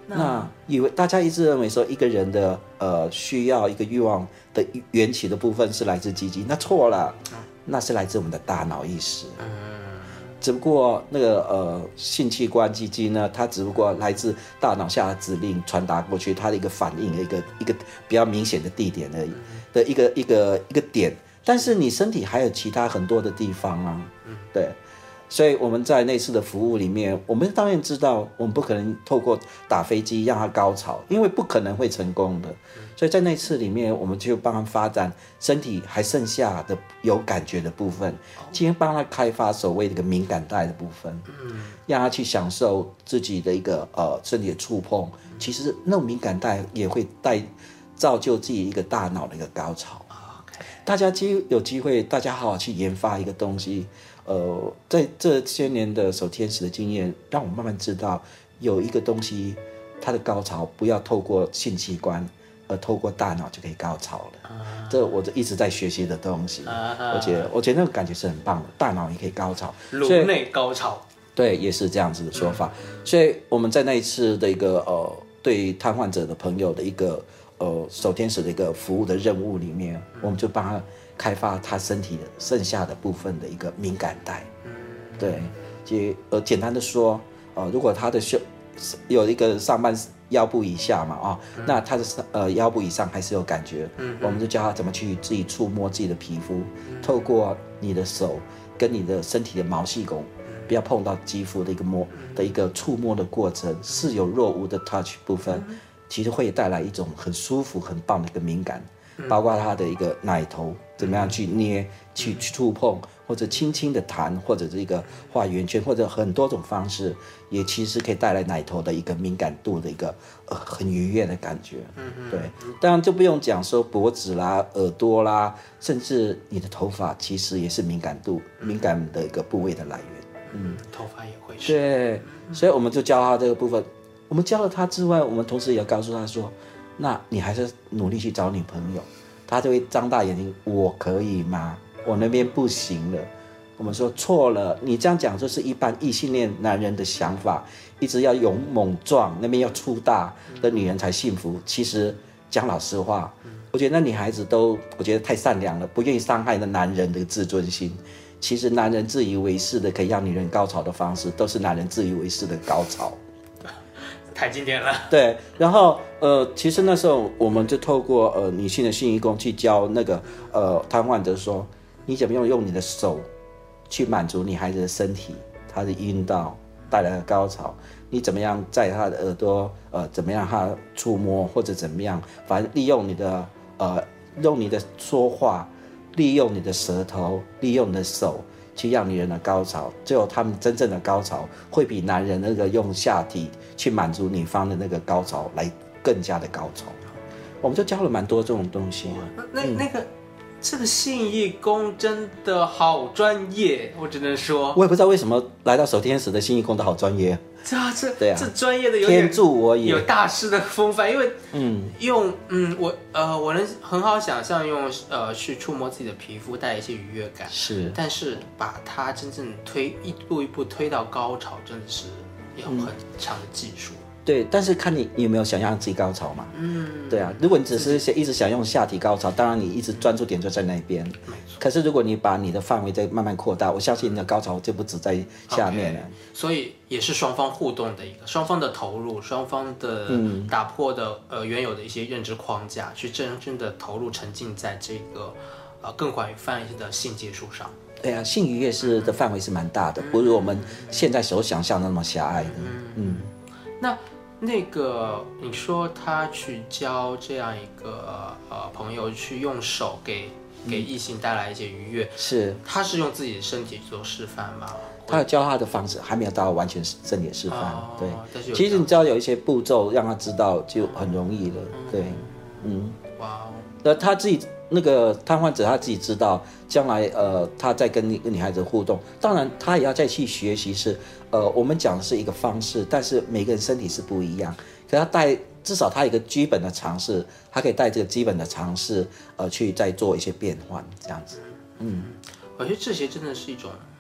Speaker 4: 那以为大家一直认为说一个人的呃需要一个欲望的缘起的部分是来自鸡鸡，那错了，那是来自我们的大脑意识。只不过那个呃性器官鸡鸡呢，它只不过来自大脑下的指令传达过去，它的一个反应的一个一个比较明显的地点而已的一个一个一个点。但是你身体还有其他很多的地方啊，对。所以我们在那次的服务里面，我们当然知道，我们不可能透过打飞机让它高潮，因为不可能会成功的。所以在那次里面，我们就帮他发展身体还剩下的有感觉的部分，今天帮他开发所谓的一个敏感带的部分，让他去享受自己的一个呃身体的触碰。其实那种敏感带也会带造就自己一个大脑的一个高潮。大家机有机会，大家好好去研发一个东西。呃，在这些年的守天使的经验，让我慢慢知道有一个东西，它的高潮不要透过性器官，而透过大脑就可以高潮了。啊、这我一直在学习的东西，啊、我觉得我觉得那个感觉是很棒的，大脑也可以高潮，
Speaker 3: 颅内高潮，
Speaker 4: 对，也是这样子的说法。嗯、所以我们在那一次的一个呃，对瘫痪者的朋友的一个呃守天使的一个服务的任务里面，嗯、我们就帮他开发他身体的剩下的部分的一个敏感带，对，就呃简单的说，呃如果他的胸有一个上半腰部以下嘛，啊、哦，嗯、那他的呃腰部以上还是有感觉，嗯、我们就教他怎么去自己触摸自己的皮肤，嗯、透过你的手跟你的身体的毛细孔，嗯、不要碰到肌肤的一个摸的一个触摸的过程，似有若无的 touch 部分，嗯、其实会带来一种很舒服、很棒的一个敏感。包括他的一个奶头怎么样去捏、去触碰，或者轻轻的弹，或者是一个画圆圈，或者很多种方式，也其实可以带来奶头的一个敏感度的一个呃很愉悦的感觉。对，当然就不用讲说脖子啦、耳朵啦，甚至你的头发，其实也是敏感度、敏感的一个部位的来源。
Speaker 3: 嗯，头发也会是。
Speaker 4: 对，所以我们就教他这个部分。我们教了他之外，我们同时也要告诉他说，那你还是努力去找女朋友。他就会张大眼睛，我可以吗？我那边不行了。我们说错了，你这样讲就是一般异性恋男人的想法，一直要勇猛壮，那边要粗大的女人才幸福。其实讲老实话，我觉得那女孩子都我觉得太善良了，不愿意伤害那男人的自尊心。其实男人自以为是的可以让女人高潮的方式，都是男人自以为是的高潮。
Speaker 3: 太经典了。
Speaker 4: 对，然后呃，其实那时候我们就透过呃女性的性义工去教那个呃瘫痪者说，你怎么样用你的手去满足你孩子的身体，他的阴道带来的高潮，你怎么样在他的耳朵呃怎么样他触摸或者怎么样，反正利用你的呃用你的说话，利用你的舌头，利用你的手。去让女人的高潮，最后他们真正的高潮会比男人那个用下体去满足女方的那个高潮来更加的高潮。我们就教了蛮多这种东西。
Speaker 3: 那、嗯、那个这个性义工真的好专业，我只能说，
Speaker 4: 我也不知道为什么来到守天使的性义工都好专业。
Speaker 3: 这这
Speaker 4: 对啊，
Speaker 3: 这专业的有点
Speaker 4: 天助我也，
Speaker 3: 有大师的风范，因为嗯，用嗯我呃我能很好想象用呃去触摸自己的皮肤带来一些愉悦感，
Speaker 4: 是，
Speaker 3: 但是把它真正推一步一步推到高潮，真的是要很强的技术。嗯，
Speaker 4: 对，但是看你你有没有想让自己高潮嘛？嗯，对啊，如果你只是一直想用下体高潮，当然你一直专注点就在那边。没错。可是如果你把你的范围再慢慢扩大，我相信你的高潮就不止在下面了。Okay,
Speaker 3: 所以也是双方互动的一个，双方的投入，双方的打破的、嗯、呃原有的一些认知框架，去真正的投入沉浸在这个呃更广泛一些的性接触上。
Speaker 4: 对啊，性愉悦是的范围是蛮大的，嗯、不如我们现在所想象的那么狭隘的。嗯，嗯
Speaker 3: 那。那个你说他去教这样一个呃朋友去用手给给异性带来一些愉悦，
Speaker 4: 是他
Speaker 3: 是用自己的身体做示范吗？
Speaker 4: 他有教他的方式，还没有到完全身体示范。哦、对，但是其实你只要有一些步骤让他知道就很容易了。嗯、对，嗯，哇哦，那他自己那个瘫痪者他自己知道，将来呃他在跟女孩子互动，当然他也要再去学习是。呃，我们讲的是一个方式，但是每个人身体是不一样。可他带至少他有一个基本的尝试，他可以带这个基本的尝试，呃，去再做一些变换，这样子。嗯，
Speaker 3: 我觉得这些真的是一种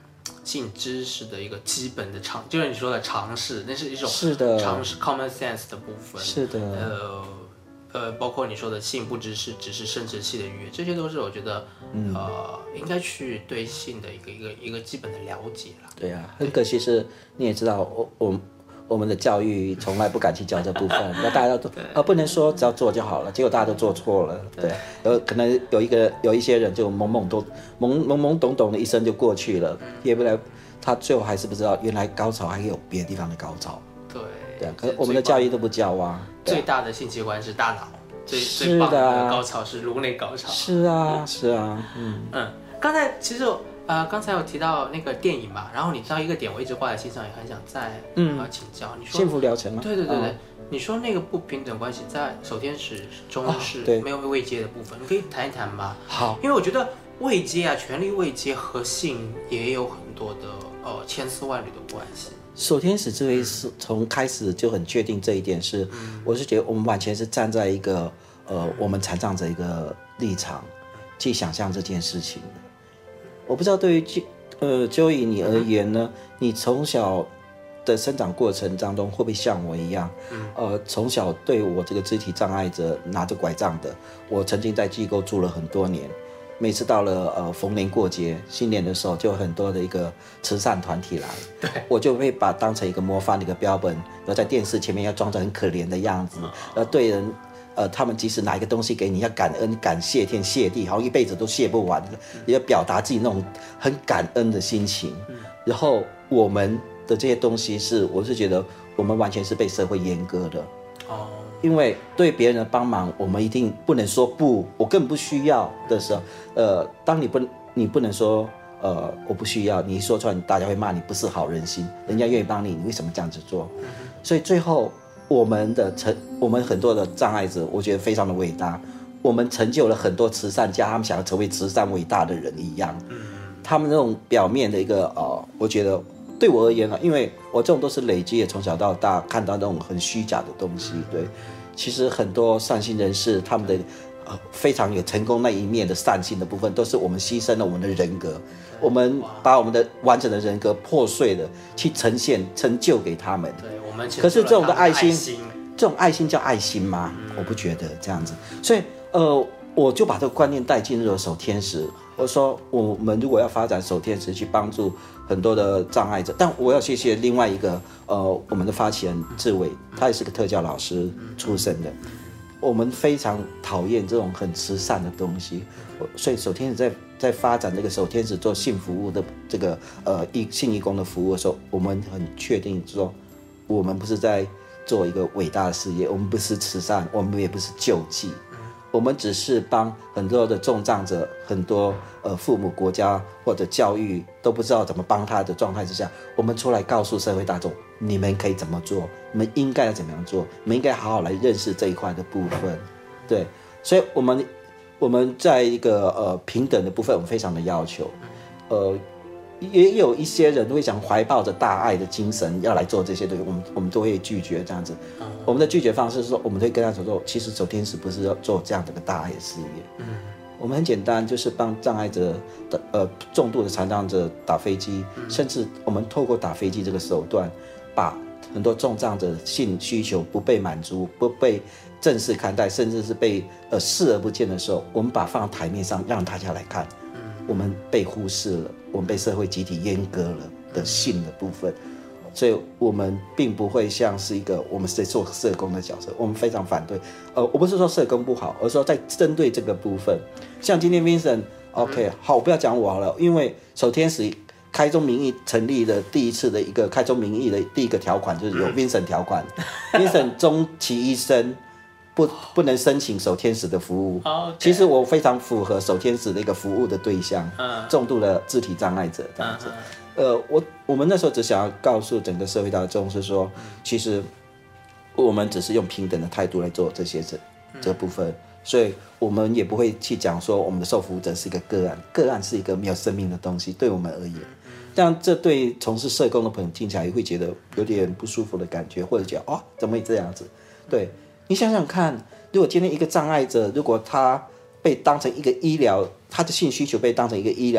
Speaker 3: 性知识的一个基本的常，就是你说的常识，那是一种
Speaker 4: 是的
Speaker 3: 常识 common sense 的部分。
Speaker 4: 是的，
Speaker 3: 呃呃，包括你说的性不只是只是生殖器的愉悦，这些都是我觉得、嗯、呃应该去对性的一个一个一个基本的了解啦。
Speaker 4: 对啊，很可惜是你也知道，我我我们的教育从来不敢去教这部分，那大家都呃不能说只要做就好了，结果大家都做错了，对，呃可能有一个有一些人就懵懵懂懵懵懵懂懂的一生就过去了，也不来他最后还是不知道原来高潮还有别的地方的高潮。
Speaker 3: 对，
Speaker 4: 对啊，可是我们的教育都不教啊。
Speaker 3: 最大的性器官是大脑，最
Speaker 4: 是
Speaker 3: 最棒的
Speaker 4: 的
Speaker 3: 高潮是颅内高潮。
Speaker 4: 是啊，是啊，嗯
Speaker 3: 嗯，刚才其实呃刚才有提到那个电影嘛，然后你到一个点我一直挂在心上，也很想再嗯、呃、请教你说
Speaker 4: 幸福疗程吗？
Speaker 3: 对对对对、
Speaker 4: 嗯，
Speaker 3: 你说那个不平等关系在守天使中是没有未接的部分，你可以谈一谈吗？
Speaker 4: 好，
Speaker 3: 因为我觉得未接啊，权力未接和性也有很多的呃千丝万缕的关系。
Speaker 4: 守天使这位是从开始就很确定这一点是，嗯、我是觉得我们完全是站在一个呃我们残障者一个立场去想象这件事情的。我不知道对于呃 Joey 你而言呢，你从小的生长过程当中会不会像我一样，嗯、呃从小对我这个肢体障碍者拿着拐杖的，我曾经在机构住了很多年。每次到了呃逢年过节、新年的时候，就有很多的一个慈善团体来，
Speaker 3: 对，
Speaker 4: 我就会把当成一个模范的一个标本，然后在电视前面要装着很可怜的样子，呃，对人，呃，他们即使拿一个东西给你，要感恩、感谢天谢地，好像一辈子都谢不完，也要表达自己那种很感恩的心情。然后我们的这些东西是，我是觉得我们完全是被社会阉割的。哦。因为对别人的帮忙，我们一定不能说不，我更不需要的时候，呃，当你不你不能说呃我不需要，你一说出来，大家会骂你不是好人心，人家愿意帮你，你为什么这样子做？所以最后我们的成，我们很多的障碍者，我觉得非常的伟大，我们成就了很多慈善家，他们想要成为慈善伟大的人一样，他们那种表面的一个呃，我觉得。对我而言呢，因为我这种都是累积的，从小到大看到那种很虚假的东西。对，其实很多善心人士他们的呃非常有成功那一面的善心的部分，都是我们牺牲了我们的人格，我们把我们的完整的人格破碎的去呈现成就给他们。
Speaker 3: 对，我们
Speaker 4: 可是这种的爱心，
Speaker 3: 爱心
Speaker 4: 这种爱心叫爱心吗？嗯、我不觉得这样子。所以呃，我就把这个观念带进入了守天使。我说，我们如果要发展守天使，去帮助很多的障碍者，但我要谢谢另外一个呃，我们的发起人志伟，他也是个特教老师出身的。我们非常讨厌这种很慈善的东西，所以守天使在在发展这个守天使做性服务的这个呃义性义工的服务的时候，我们很确定说，我们不是在做一个伟大的事业，我们不是慈善，我们也不是救济。我们只是帮很多的重障者，很多呃父母、国家或者教育都不知道怎么帮他的状态之下，我们出来告诉社会大众，你们可以怎么做，你们应该要怎么样做，你们应该好好来认识这一块的部分。对，所以我们我们在一个呃平等的部分，我们非常的要求，呃。也有一些人会想怀抱着大爱的精神要来做这些东西，我们我们都会拒绝这样子。嗯、我们的拒绝方式是说，我们会跟他说，其实守天使不是要做这样的一个大爱的事业。嗯，我们很简单，就是帮障碍者的呃重度的残障者打飞机，嗯、甚至我们透过打飞机这个手段，把很多重障者性需求不被满足、不被正式看待，甚至是被呃视而不见的时候，我们把放在台面上让大家来看。我们被忽视了，我们被社会集体阉割了的性的部分，所以我们并不会像是一个我们是在做社工的角色，我们非常反对。呃，我不是说社工不好，而是说在针对这个部分，像今天 Vincent，OK，、okay, 好，我不要讲我好了，因为守天使开宗明义成立的第一次的一个开宗明义的第一个条款就是有 Vincent 条款，Vincent 终其一生。不不能申请守天使的服务。Oh, okay. 其实我非常符合守天使的一个服务的对象，嗯、重度的肢体障碍者这样子。嗯、呃，我我们那时候只想要告诉整个社会大众是说，嗯、其实我们只是用平等的态度来做这些这这部分，嗯、所以我们也不会去讲说我们的受服务者是一个个案，个案是一个没有生命的东西，对我们而言。这样，这对从事社工的朋友听起来会觉得有点不舒服的感觉，或者觉得哦，怎么会这样子？对。你想想看，如果今天一个障碍者，如果他被当成一个医疗，他的性需求被当成一个医疗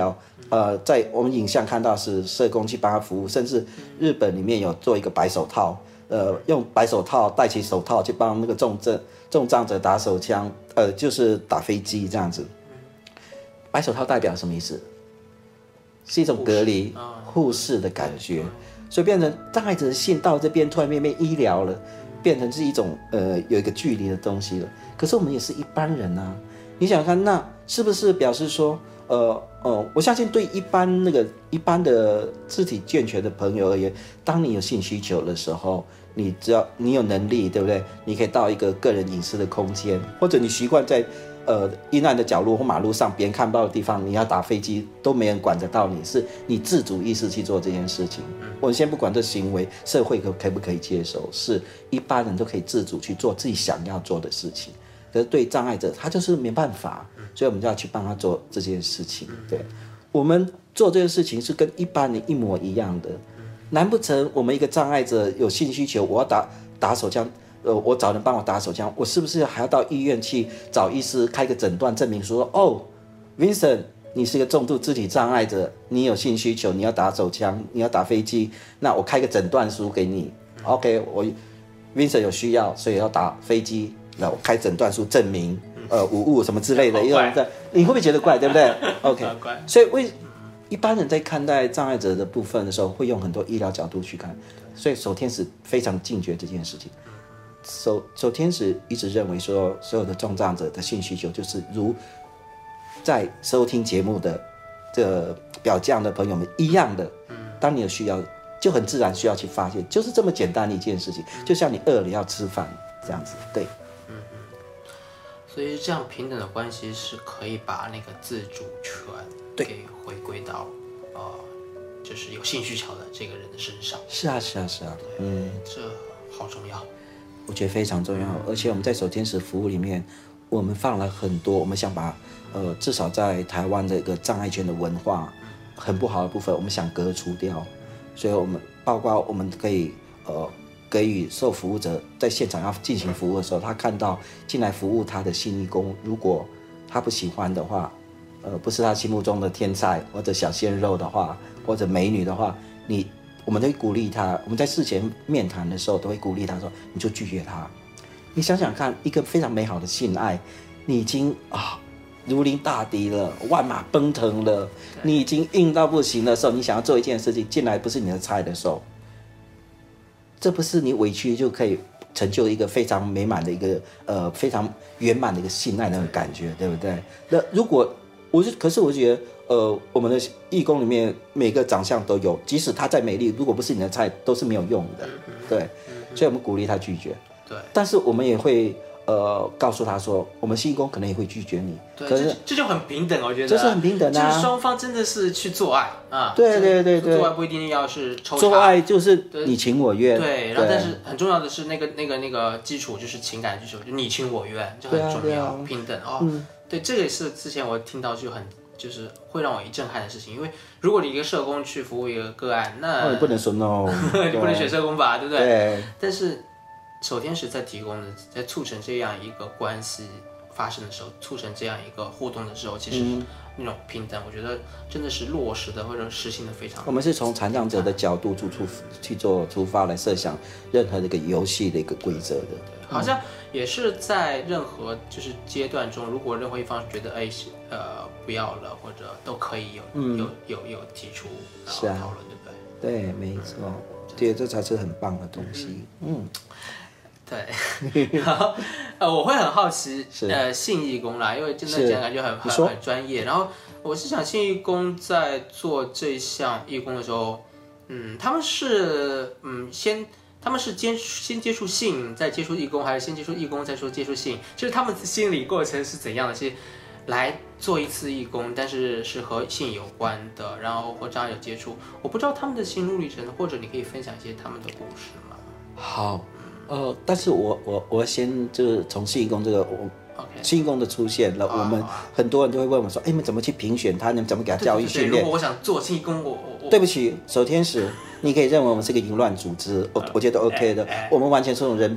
Speaker 4: 呃，在我们影像看到是社工去帮他服务，甚至日本里面有做一个白手套，呃，用白手套戴起手套去帮那个重症重障者打手枪，呃，就是打飞机这样子。白手套代表什么意思？是一种隔离护士的感觉，所以变成障碍者的性到这边突然变变医疗了，变成是一种呃有一个距离的东西了。可是我们也是一般人啊，你想想看，那是不是表示说，呃呃，我相信对一般那个一般的肢体健全的朋友而言，当你有性需求的时候，你只要你有能力，对不对？你可以到一个个人隐私的空间，或者你习惯在呃阴暗的角落或马路上别人看不到的地方，你要打飞机都没人管得到你，是你自主意识去做这件事情。我们先不管这行为社会可可不可以接受，是一般人都可以自主去做自己想要做的事情。可是对障碍者，他就是没办法，所以我们就要去帮他做这件事情。对，我们做这件事情是跟一般人一模一样的。难不成我们一个障碍者有性需求，我要打打手枪，呃，我找人帮我打手枪，我是不是还要到医院去找医师开个诊断证明说，哦 ，Vincent， 你是一个重度肢体障碍者，你有性需求，你要打手枪，你要打飞机，那我开个诊断书给你 ，OK， 我 Vincent 有需要，所以要打飞机，那我开诊断书证明，呃，无误什么之类的，因为你会不会觉得怪，对不对 ？OK， 所以为一般人在看待障碍者的部分的时候，会用很多医疗角度去看，所以守天使非常警觉这件事情。守守天使一直认为说，所有的重障者的性需求就是如在收听节目的这表匠的朋友们一样的，当你有需要，就很自然需要去发现，就是这么简单的一件事情，就像你饿了要吃饭这样子，对。
Speaker 3: 嗯嗯。所以这样平等的关系是可以把那个自主权给回归到呃，就是有性需求的这个人的身上。
Speaker 4: 是啊，是啊，是啊，嗯，
Speaker 3: 这好重要。
Speaker 4: 我觉得非常重要，而且我们在守天使服务里面，我们放了很多，我们想把呃至少在台湾的一个障碍圈的文化很不好的部分，我们想革除掉，所以我们包括我们可以呃给予受服务者在现场要进行服务的时候，他看到进来服务他的性义工，如果他不喜欢的话，呃不是他心目中的天才或者小鲜肉的话，或者美女的话，你。我们都会鼓励他，我们在事前面谈的时候都会鼓励他说，你就拒绝他。你想想看，一个非常美好的性爱，你已经啊如临大敌了，万马奔腾了，你已经硬到不行的时候，你想要做一件事情，进来不是你的菜的时候，这不是你委屈就可以成就一个非常美满的一个呃非常圆满的一个性爱那种感觉，对不对？那如果我是，可是我觉得。呃，我们的义工里面每个长相都有，即使他再美丽，如果不是你的菜，都是没有用的。对，所以我们鼓励他拒绝。
Speaker 3: 对，
Speaker 4: 但是我们也会呃告诉他说，我们义工可能也会拒绝你。
Speaker 3: 对，
Speaker 4: 可是
Speaker 3: 这, 这就很平等，我觉得
Speaker 4: 这是很平等啊，
Speaker 3: 就是双方真的是去做爱啊。
Speaker 4: 对对对对，
Speaker 3: 做爱不一定要是抽查，
Speaker 4: 做爱就是你情我愿。
Speaker 3: 对，然后但是很重要的是那个那个那个基础就是情感基础，就你情我愿，就很重要，啊啊、平等哦。嗯、对，这个也是之前我听到就很。就是会让我一震撼的事情，因为如果你一个社工去服务一个个案，那、
Speaker 4: 哦、你不能说 no，
Speaker 3: 你不能选社工吧，对不对？
Speaker 4: 对。
Speaker 3: 但是守天使在提供的，在促成这样一个关系发生的时候，促成这样一个互动的时候，其实那种平等，我觉得真的是落实的或者实行的非常。
Speaker 4: 我们是从残障者的角度出出去做出发来设想任何的一个游戏的一个规则的。
Speaker 3: 好像也是在任何就是阶段中，如果任何一方觉得哎呃不要了，或者都可以有、嗯、有有有提出然后讨论，对不
Speaker 4: 对？对，没错，对，这才是很棒的东西。嗯，
Speaker 3: 对。好，呃，我会很好奇，呃，性义工啦，因为真的讲感觉很很很专业。然后我是想，性义工在做这项义工的时候，嗯，他们是嗯先。他们是先先接触性，再接触义工，还是先接触义工再说接触性？就是他们心理过程是怎样的？是来做一次义工，但是是和性有关的，然后和障碍有接触。我不知道他们的心路历程，或者你可以分享一些他们的故事吗？
Speaker 4: 好，呃，但是我我我先就是从性义工这个我。
Speaker 3: Okay.
Speaker 4: 性义工的出现了， oh, 我们很多人就会问我说：“哎、欸，你们怎么去评选他？你们怎么给他教育训练？”
Speaker 3: 如果我想做性义工，我我
Speaker 4: 对不起，守天使，你可以认为我们是个淫乱组织，我、oh, 我觉得 OK 的，
Speaker 3: eh, eh.
Speaker 4: 我们完全是用人本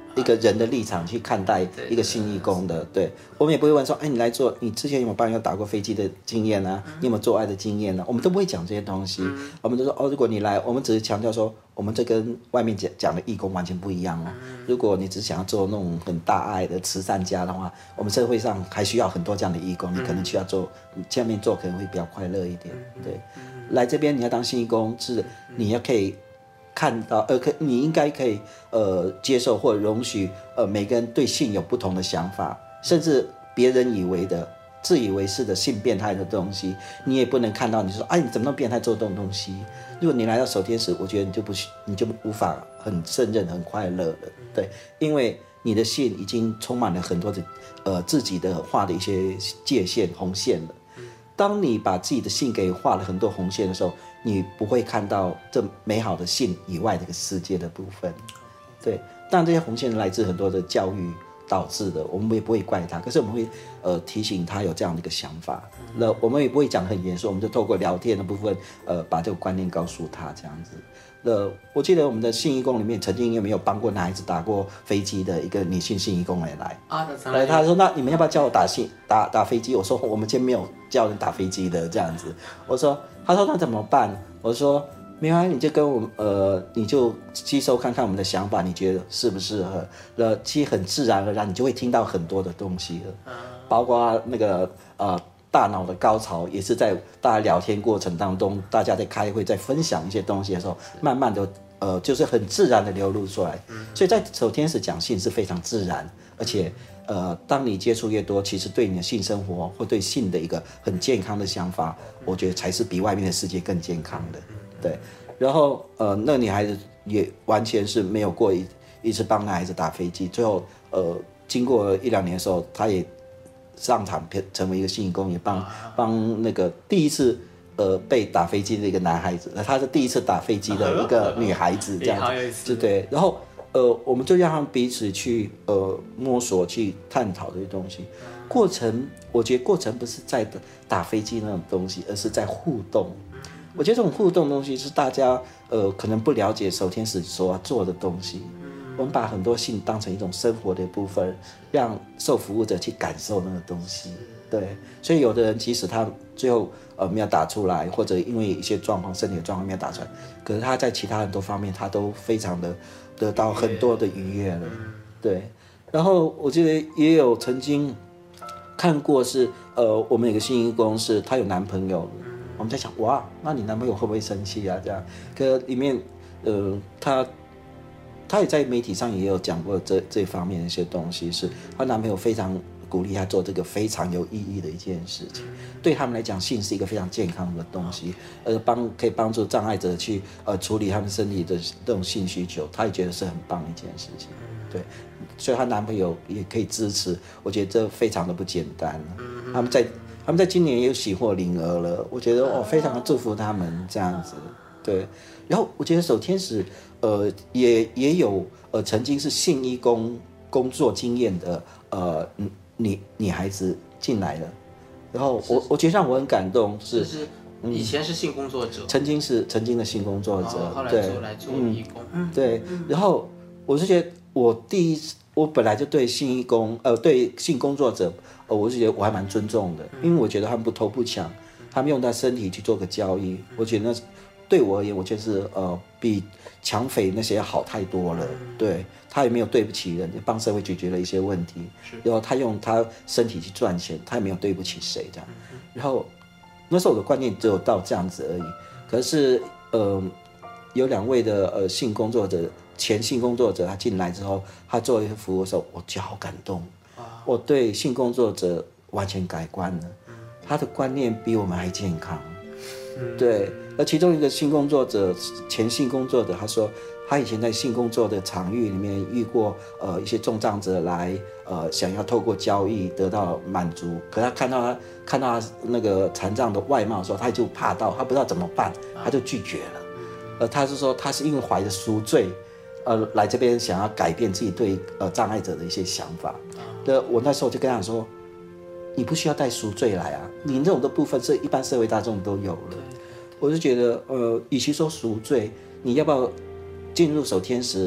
Speaker 4: 一个人的立场去看待一个性义工的。对，我们也不会问说，哎，你来做，你之前有没有帮人打过飞机的经验啊？你有没有做爱的经验呢、啊？我们都不会讲这些东西，我们都说哦，如果你来，我们只是强调说，我们这跟外面讲讲的义工完全不一样哦。如果你只想要做那种很大爱的慈善家的话，我们社会上还需要很多这样的义工，你可能需要做，下面做可能会比较快乐一点。对，来这边你要当性义工，是你要可以。看到呃，可你应该可以呃接受或容许呃每个人对性有不同的想法，甚至别人以为的自以为是的性变态的东西，你也不能看到你说哎你怎么那么变态做这种东西？如果你来到守天使，我觉得你就不你就无法很胜任很快乐了，对，因为你的性已经充满了很多的呃自己的画的一些界限红线了。当你把自己的性给画了很多红线的时候，你不会看到这美好的性以外的一个世界的部分。对，当然这些红线来自很多的教育导致的，我们也不会怪他，可是我们会呃提醒他有这样的一个想法。那我们也不会讲得很严肃，我们就透过聊天的部分，呃，把这个观念告诉他这样子。那我记得我们的性义工里面曾经有没有帮过男孩子打过飞机的一个女性性义工来来
Speaker 3: 啊？
Speaker 4: 来，他说那你们要不要教我打性打打飞机？我说我们今天没有教人打飞机的这样子。我说，他说那怎么办？我说没关系，你就跟我们呃，你就吸收看看我们的想法，你觉得适不适合？那其实很自然而然，你就会听到很多的东西了，包括那个呃。大脑的高潮也是在大家聊天过程当中，大家在开会在分享一些东西的时候，慢慢的呃就是很自然的流露出来。所以在守天使讲性是非常自然，而且呃当你接触越多，其实对你的性生活或对性的一个很健康的想法，我觉得才是比外面的世界更健康的。对，然后呃那个女孩子也完全是没有过一一次帮男孩子打飞机，最后呃经过一两年的时候，她也上场成为一个性义工，也帮帮那个第一次呃被打飞机的一个男孩子，他是第一次打飞机的一个女孩子，这样子，对对。然后呃，我们就让他们彼此去呃摸索、去探讨这些东西。过程，我觉得过程不是在打飞机那种东西，而是在互动。我觉得这种互动的东西是大家呃可能不了解守天使所要做的东西。我们把很多性当成一种生活的部分，让受服务者去感受那个东西。对，所以有的人即使他最后呃没有打出来，或者因为一些状况、身体的状况没有打出来，可是他在其他很多方面，他都非常的得到很多的愉悦了。对，然后我记得也有曾经看过是呃，我们有个性义工是她有男朋友了，我们在想哇，那你男朋友会不会生气啊？这样，可里面呃他。她也在媒体上也有讲过这这方面的一些东西，是她男朋友非常鼓励她做这个非常有意义的一件事情。对他们来讲，性是一个非常健康的东西，呃，帮可以帮助障碍者去呃处理他们身体的这种性需求，她也觉得是很棒的一件事情。对，所以她男朋友也可以支持，我觉得这非常的不简单。他们在他们在今年也有喜获麟儿了，我觉得我、哦、非常的祝福他们这样子。对，然后我觉得守天使。呃，也也有呃，曾经是性义工工作经验的呃女女孩子进来了，然后我我觉得让我很感动是，
Speaker 3: 是以前是性工作者，
Speaker 4: 嗯、曾经是曾经的性工作者，
Speaker 3: 哦、后来做来做义工，
Speaker 4: 嗯，对，嗯、然后我是觉得我第一次我本来就对性义工呃对性工作者，呃我是觉得我还蛮尊重的，因为我觉得他们不偷不抢，他们用他身体去做个交易，我觉得那对我而言，我觉得是呃比抢匪那些好太多了。对，他也没有对不起人，帮社会解决了一些问题。然后他用他身体去赚钱，他也没有对不起谁这样。然后那时候我的观念只有到这样子而已。可是呃有两位的呃性工作者，前性工作者，他进来之后，他做一些服务的时候，我觉得好感动。我对性工作者完全改观了，他的观念比我们还健康。对，而其中一个性工作者，前性工作者，他说他以前在性工作的场域里面遇过呃一些重障者来呃想要透过交易得到满足，可他看到他看到他那个残障的外貌的时候，他就怕到，他不知道怎么办，他就拒绝了。呃，他是说他是因为怀着赎罪，呃来这边想要改变自己对呃障碍者的一些想法。那我那时候就跟他说，你不需要带赎罪来啊，你这种的部分是一般社会大众都有了。我就觉得，呃，与其说赎罪，你要不要进入守天使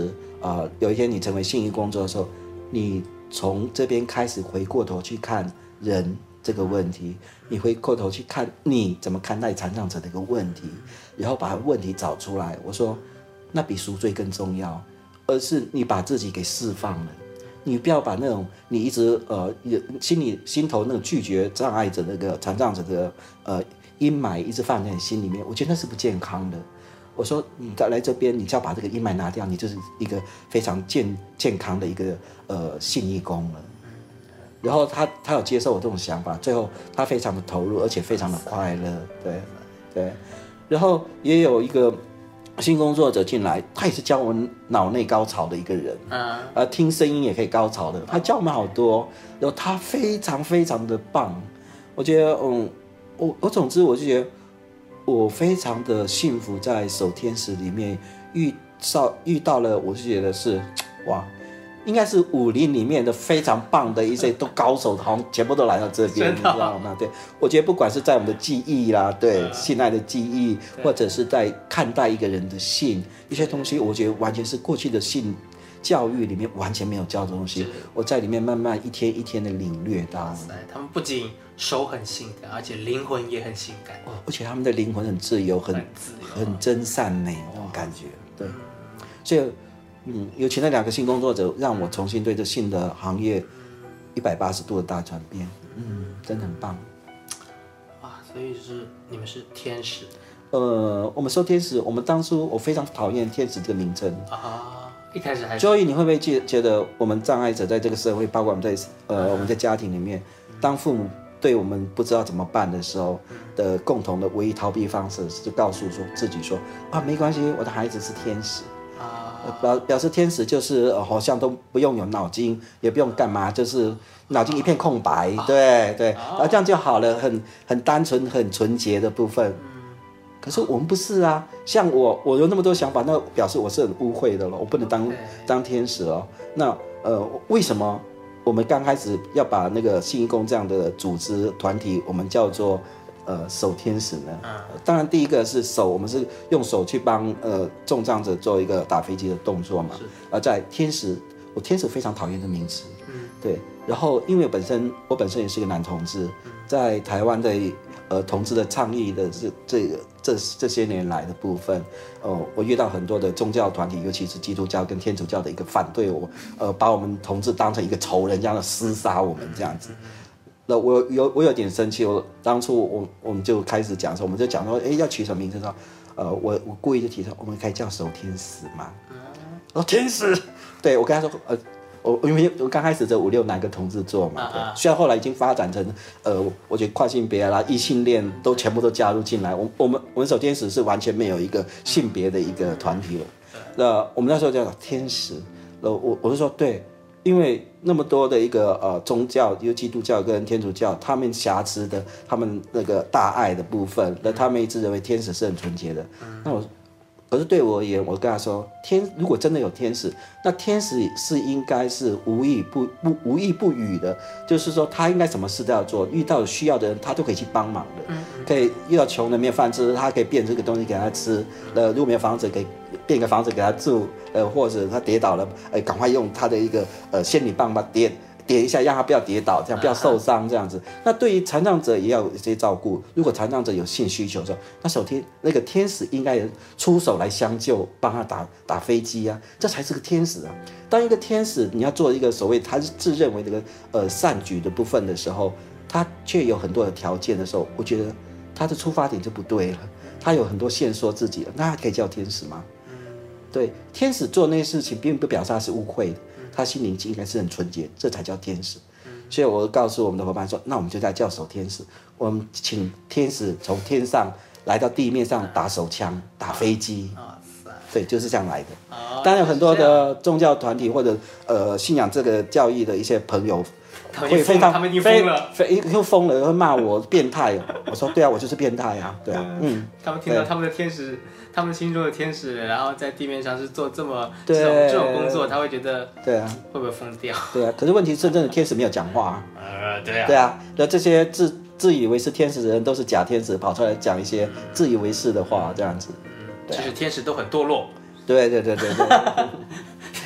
Speaker 4: 呃，有一天你成为信义工作的时候，你从这边开始回过头去看人这个问题，你回过头去看你怎么看待残障者的一个问题，然后把问题找出来。我说，那比赎罪更重要，而是你把自己给释放了。你不要把那种你一直呃心里心头那种拒绝障碍者那个残障者的呃阴霾一直放在你心里面，我觉得那是不健康的。我说你来这边，你只要把这个阴霾拿掉，你就是一个非常健健康的一个呃信义工了。然后他他有接受我这种想法，最后他非常的投入，而且非常的快乐，对对。然后也有一个新工作者进来，他也是教我们脑内高潮的一个人，嗯，呃，听声音也可以高潮的，他教我们好多，然后他非常非常的棒，我觉得，嗯，我我总之我就觉得我非常的幸福，在守天使里面遇到遇到了，我就觉得是哇。应该是武林里面的非常棒的一些都高手，好像全部都来到这边，你知道吗？对，我觉得不管是在我们的记忆啦，对，信赖的记忆，或者是在看待一个人的信，一些东西，我觉得完全是过去的信教育里面完全没有教的东西，我在里面慢慢一天一天的领略到。
Speaker 3: 他们不仅手很性感，而且灵魂也很性感，
Speaker 4: 而且他们的灵魂很自由，很很, 很真善美那种感觉，对，所以。嗯，尤其那两个性工作者，让我重新对这性的行业一百八十度的大转变。嗯，真的很棒。
Speaker 3: 哇，所以是你们是天使？
Speaker 4: 呃，我们说天使，我们当初我非常讨厌天使这个名称
Speaker 3: 啊。一开始还是。
Speaker 4: Joey，你会不会觉觉得我们障碍者在这个社会，包括我们在呃我们在家庭里面，当父母对我们不知道怎么办的时候的共同的唯一逃避方式，就告诉说自己说啊，没关系，我的孩子是天使。表表示天使就是、呃、好像都不用有脑筋，也不用干嘛，就是脑筋一片空白，对对，然后这样就好了，很很单纯、很纯洁的部分。可是我们不是啊，像我，我有那么多想法，那表示我是很污秽的了，我不能当当天使哦。那呃，为什么我们刚开始要把那个信义工这样的组织团体，我们叫做？呃，守天使呢？嗯、当然，第一个是手，我们是用手去帮呃重障者做一个打飞机的动作嘛。而在天使，我天使非常讨厌的名词。嗯，对。然后，因为本身我本身也是一个男同志，在台湾的呃同志的倡议的这这个这这些年来的部分，呃，我遇到很多的宗教团体，尤其是基督教跟天主教的一个反对我，呃，把我们同志当成一个仇人，这样的厮杀我们这样子。那我有我有点生气，我当初我我们就开始讲说，我们就讲说，哎，要取什么名字说，呃，我我故意就提出，我们可以叫守天使嘛。哦，天使，对我跟他说，呃，我因为我刚开始这五六男跟同志做嘛，对，虽然后来已经发展成，呃，我觉得跨性别啦、异性恋都全部都加入进来，我我们我们守天使是完全没有一个性别的一个团体了。那我们那时候叫天使，那我我就说对。因为那么多的一个呃宗教，有基督教跟天主教，他们瑕疵的，他们那个大爱的部分，那他们一直认为天使是很纯洁的。那我，可是对我而言，我跟他说，天如果真的有天使，那天使是应该是无意不不无意不语的，就是说他应该什么事都要做，遇到有需要的人，他都可以去帮忙的。可以遇到穷人没有饭吃，他可以变这个东西给他吃。呃，如果没有房子，可以变个房子给他住。呃，或者他跌倒了，呃，赶快用他的一个呃仙女棒把跌跌一下，让他不要跌倒，这样不要受伤，这样子。那对于残障者也要有一些照顾。如果残障者有性需求的时候，那首天那个天使应该出手来相救，帮他打打飞机啊，这才是个天使啊。当一个天使，你要做一个所谓他是自认为这个呃善举的部分的时候，他却有很多的条件的时候，我觉得他的出发点就不对了。他有很多限缩自己了，那他可以叫天使吗？对，天使做那些事情，并不表示他是污秽的，他心灵应该是很纯洁，这才叫天使。所以我告诉我们的伙伴说，那我们就在叫守天使，我们请天使从天上来到地面上打手枪、打飞机。对，就是这样来的。当然有很多的宗教团体或者呃信仰这个教义的一些朋友。会非常
Speaker 3: 他们已经疯了，
Speaker 4: 非又疯了，会骂我变态。我说对啊，我就是变态啊，对啊，嗯。
Speaker 3: 他们听到他们的天使，他们心中的天使，然后在地面上是做这么这种这种工作，他会觉得对啊，会不会疯掉？
Speaker 4: 对啊，可是问题是，真的天使没有讲话啊。
Speaker 3: 呃，对啊，
Speaker 4: 对啊，那这些自自以为是天使的人，都是假天使，跑出来讲一些自以为是的话，这样子。
Speaker 3: 其实天使都很堕落。
Speaker 4: 对对对对对。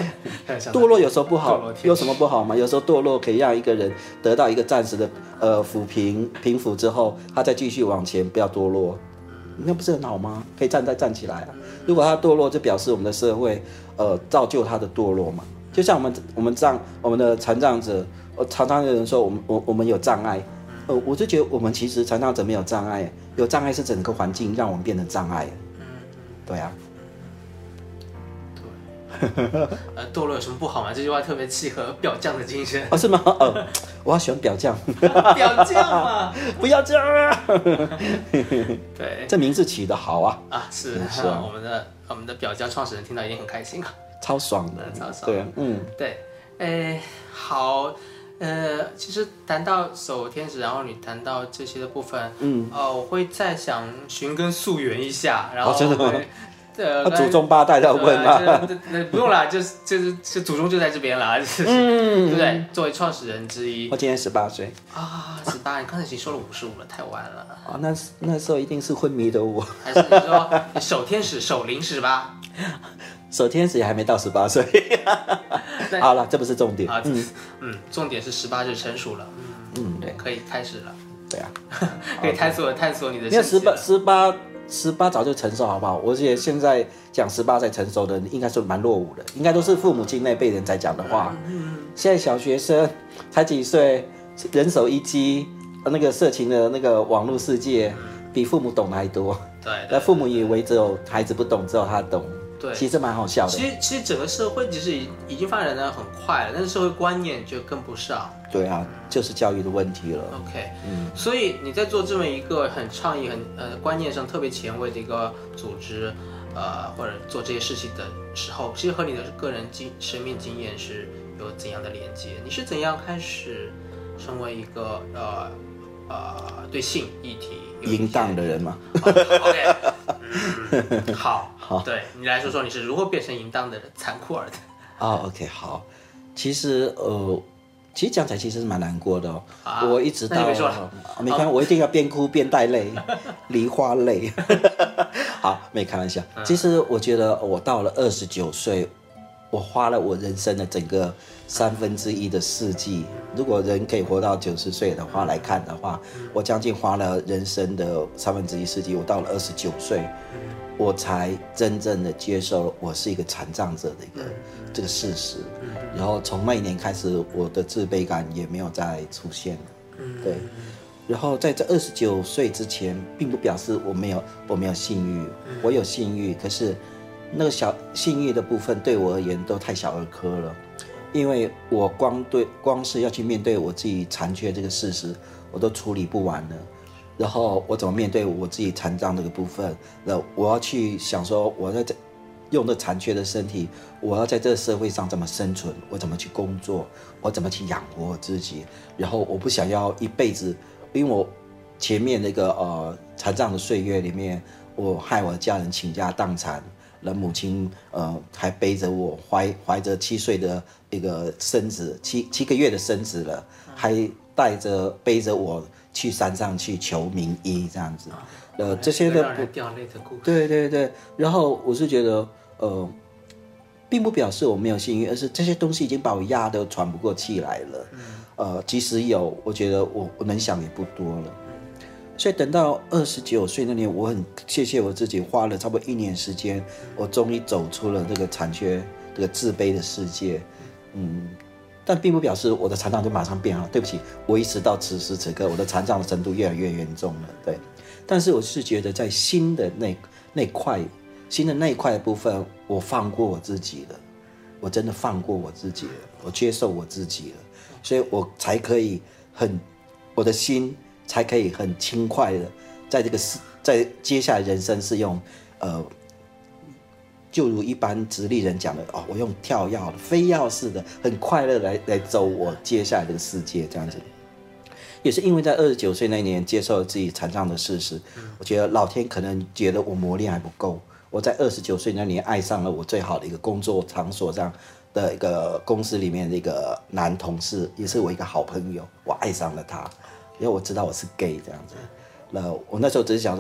Speaker 4: 堕落有时候不
Speaker 3: 堕
Speaker 4: 好
Speaker 3: 落，天使
Speaker 4: 有什么不好吗？有时候堕落可以让一个人得到一个暂时的呃抚平平复之后，他再继续往前，不要堕落。那不是很好吗？可以站再站起来啊！如果他堕落，就表示我们的社会呃造就他的堕落嘛。就像我们我们障我们的残障者，呃，常常有人说我们我我们有障碍，呃，我就觉得我们其实残障者没有障碍，有障碍是整个环境让我们变成障碍。对啊。
Speaker 3: 呃，堕落有什么不好吗？这句话特别契合表匠的精神。
Speaker 4: 哦，是吗？呃，我好喜欢表匠。
Speaker 3: 表匠嘛，
Speaker 4: 不要这样啊！
Speaker 3: 对，
Speaker 4: 这名字起得好啊！
Speaker 3: 啊，是
Speaker 4: 是啊
Speaker 3: 我们的我们的表匠创始人听到一定很开心啊，
Speaker 4: 超爽的，
Speaker 3: 超爽。
Speaker 4: 对啊，嗯，
Speaker 3: 对，哎，好，呃，其实谈到守天使，然后你谈到这些的部分，嗯，哦、呃，我会再想寻根溯源一下，然后、
Speaker 4: 哦、真的吗？
Speaker 3: 呃，
Speaker 4: 他祖宗八代要问吗？
Speaker 3: 那不用啦，就是就是就祖宗就在这边啦，就是嗯，对不对？作为创始人之一，
Speaker 4: 我今年十八岁
Speaker 3: 啊，十八，你刚才已经说了五十五了，太晚了
Speaker 4: 啊。那那时候一定是昏迷的我，
Speaker 3: 还是你说你守天使守灵十八？
Speaker 4: 守天使也还没到十八岁。好了，这不是重点
Speaker 3: 啊，嗯嗯，重点是十八就成熟了，嗯
Speaker 4: 嗯，
Speaker 3: 对，可以开始了，
Speaker 4: 对啊，
Speaker 3: 可以探索探索你的。
Speaker 4: 因为十八十八。十八早就成熟，好不好？我觉得现在讲十八才成熟的人，应该是蛮落伍的，应该都是父母亲那辈人在讲的话。现在小学生才几岁，人手一机，那个色情的那个网络世界，比父母懂的还多。
Speaker 3: 对，
Speaker 4: 那父母以为只有孩子不懂，只有他懂。
Speaker 3: 对，
Speaker 4: 其实蛮好笑的。
Speaker 3: 其实其实整个社会其实已已经发展的很快了，但是社会观念就跟不上。
Speaker 4: 对啊，就是教育的问题了。
Speaker 3: OK，嗯，所以你在做这么一个很倡议、很呃观念上特别前卫的一个组织，呃，或者做这些事情的时候，其实和你的个人经生命经验是有怎样的连接？你是怎样开始成为一个呃呃对性议题
Speaker 4: 淫荡的人嘛、
Speaker 3: 哦、？OK， 嗯，好，
Speaker 4: 好，
Speaker 3: 对你来说说你是如何变成淫荡的人，残酷儿的？
Speaker 4: 哦 ，OK， 好，其实呃。其实讲起来其实是蛮难过的哦，啊、我一直到
Speaker 3: 没说了，
Speaker 4: 没看，我一定要边哭边带泪，梨花泪。好，没开玩笑。嗯、其实我觉得我到了二十九岁，我花了我人生的整个三分之一的世纪。如果人可以活到九十岁的话来看的话，我将近花了人生的三分之一世纪。我到了二十九岁，我才真正的接受我是一个残障者的一个这个事实。然后从那一年开始，我的自卑感也没有再出现了。对。然后在这二十九岁之前，并不表示我没有我没有性欲，我有性欲，可是那个小性欲的部分对我而言都太小儿科了，因为我光对光是要去面对我自己残缺这个事实，我都处理不完了。然后我怎么面对我自己残障这个部分？那我要去想说，我在这。用这残缺的身体，我要在这个社会上怎么生存？我怎么去工作？我怎么去养活我自己？然后我不想要一辈子，因为我前面那个呃残障的岁月里面，我害我的家人倾家荡产，那母亲呃还背着我怀怀着七岁的一个孙子，七七个月的孙子了，还带着背着我去山上去求名医这样子。呃，这些的
Speaker 3: 让人掉泪的故事。
Speaker 4: 对对对，然后我是觉得，呃，并不表示我没有幸运，而是这些东西已经把我压得喘不过气来了。嗯、呃，即使有，我觉得我我能想也不多了。嗯、所以等到二十九岁那年，我很谢谢我自己，花了差不多一年时间，我终于走出了这个残缺、这个自卑的世界。嗯。但并不表示我的残障就马上变好，对不起，我一直到此时此刻，我的残障的程度越来越严重了，对。但是我是觉得在新的那那块，新的那一块的部分，我放过我自己了，我真的放过我自己了，我接受我自己了，所以我才可以很，我的心才可以很轻快的，在这个在接下来人生是用，呃。就如一般直立人讲的哦，我用跳跃的、飞跃式的，很快乐来来走我接下来的世界，这样子。也是因为在二十九岁那年接受了自己残障的事实，嗯、我觉得老天可能觉得我磨练还不够。我在二十九岁那年爱上了我最好的一个工作场所上的一个公司里面的一个男同事，也是我一个好朋友，我爱上了他，因为我知道我是 gay 这样子。那我那时候只是想说，哦，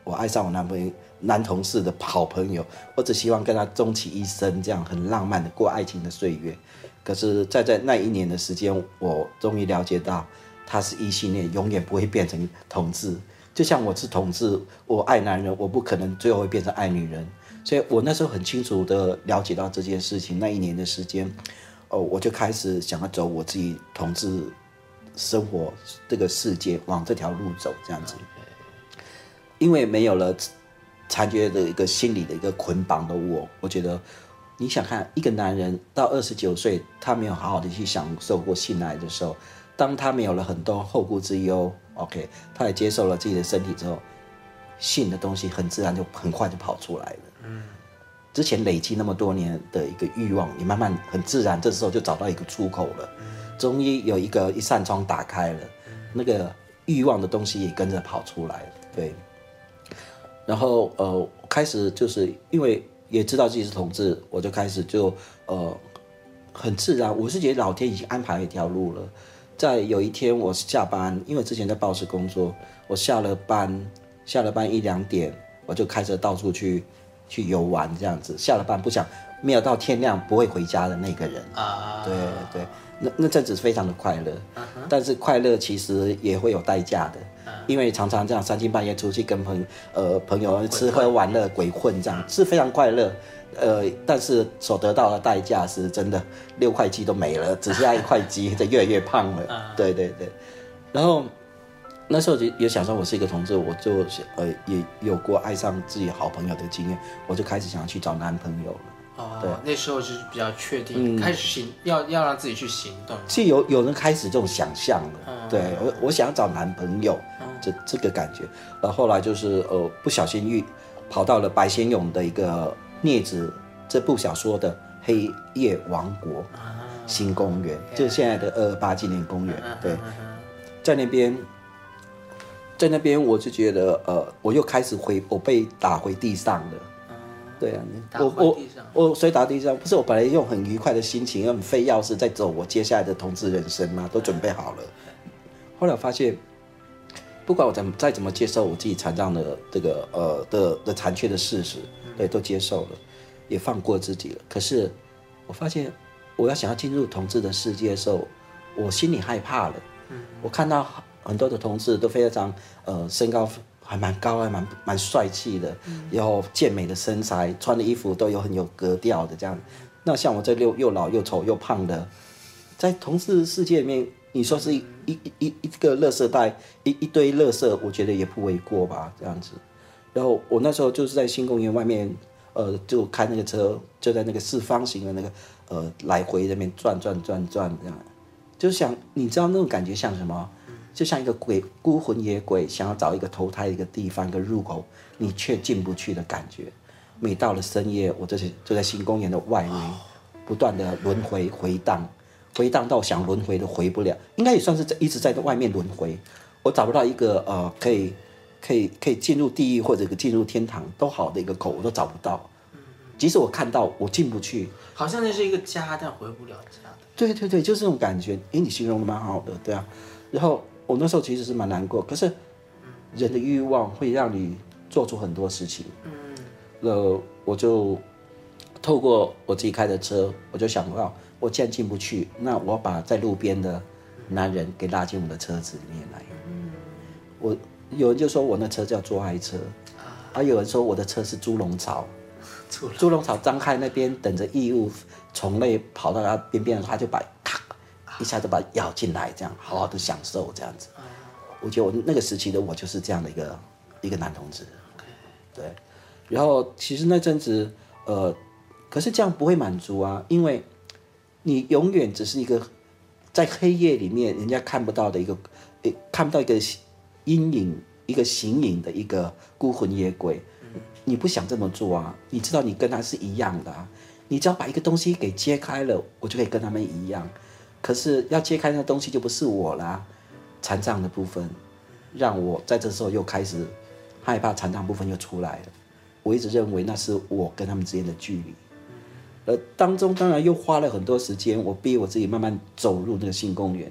Speaker 4: 我爱上我男朋友男同事的好朋友，我只希望跟他终其一生，这样很浪漫的过爱情的岁月。可是在在那一年的时间，我终于了解到他是异性恋，永远不会变成同志。就像我是同志，我爱男人，我不可能最后会变成爱女人。所以我那时候很清楚的了解到这件事情。那一年的时间，哦，我就开始想要走我自己同志生活这个世界，往这条路走，这样子。因为没有了残缺的一个心理的一个捆绑的我，我觉得，你想看一个男人到二十九岁，他没有好好的去享受过性爱的时候，当他没有了很多后顾之忧 ，OK， 他也接受了自己的身体之后，性的东西很自然就很快就跑出来了。嗯，之前累积那么多年的一个欲望，你慢慢很自然，这时候就找到一个出口了，终于有一个一扇窗打开了，那个欲望的东西也跟着跑出来了，对。然后呃，开始就是因为也知道自己是同志，我就开始就呃很自然，我是觉得老天已经安排一条路了。在有一天我下班，因为之前在报社工作，我下了班，下了班一两点，我就开车到处去去游玩这样子。下了班不想没有到天亮不会回家的那个人啊，对对，那那阵子非常的快乐，啊、但是快乐其实也会有代价的。因为常常这样三更半夜出去跟朋呃朋友吃喝玩乐鬼混这样是非常快乐，呃，但是所得到的代价是真的六块肌都没了，只剩下一块肌，就越来越胖了。对对对，然后那时候就也想说我是一个同志，我就呃也有过爱上自己好朋友的经验，我就开始想要去找男朋友了。
Speaker 3: 哦，对，那时候就是比较确定，嗯、开始行要要让自己去行动。
Speaker 4: 是有有人开始这种想象了，嗯、对我我想要找男朋友。这这个感觉，然后后来就是呃不小心遇跑到了白先勇的一个镊子这部小说的黑夜王国新公园，就是现在的二二八纪念公园。对，在那边，在那边我就觉得呃我又开始回我被打回地上了。对啊，我我我所以打地上不是我本来用很愉快的心情，很非要是在走我接下来的同志人生嘛，都准备好了。后来我发现。不管我怎么再怎么接受我自己残障的这个呃的的残缺的事实，对，都接受了，也放过自己了。可是我发现，我要想要进入同志的世界的时候，我心里害怕了。我看到很多的同志都非常呃身高还蛮高，还蛮蛮帅气的，然后健美的身材，穿的衣服都有很有格调的这样。那像我这又又老又丑又胖的，在同志世界里面。你说是一一一一个垃圾袋，一一堆垃圾，我觉得也不为过吧，这样子。然后我那时候就是在新公园外面，呃，就开那个车，就在那个四方形的那个呃来回那边转转转转这样，就想你知道那种感觉像什么？就像一个鬼孤魂野鬼想要找一个投胎的一个地方一个入口，你却进不去的感觉。每到了深夜，我就是就在新公园的外围，不断的轮回回荡。回荡到想轮回都回不了，应该也算是在一直在外面轮回。我找不到一个呃可以可以可以进入地狱或者进入天堂都好的一个口，我都找不到。即使我看到，我进不去。
Speaker 3: 好像那是一个家，但回不了家的。
Speaker 4: 对对对，就是这种感觉。诶，你形容的蛮好的，对啊。然后我那时候其实是蛮难过，可是人的欲望会让你做出很多事情。嗯。呃，我就透过我自己开的车，我就想到。我既然进不去，那我把在路边的男人给拉进我的车子里面来。我有人就说我那车叫做爱车，啊，有人说我的车是猪笼草。猪笼草张开那边等着异物虫类跑到它边边，它就把咔一下就把它咬进来，这样好好的享受这样子。我觉得我那个时期的我就是这样的一个一个男同志。对，然后其实那阵子呃，可是这样不会满足啊，因为。你永远只是一个在黑夜里面人家看不到的一个，看不到一个阴影、一个形影的一个孤魂野鬼。你不想这么做啊？你知道你跟他是一样的啊，你只要把一个东西给揭开了，我就可以跟他们一样。可是要揭开那东西就不是我啦，残障的部分，让我在这时候又开始害怕残障部分又出来了。我一直认为那是我跟他们之间的距离。呃，当中当然又花了很多时间，我逼我自己慢慢走入那个新公园，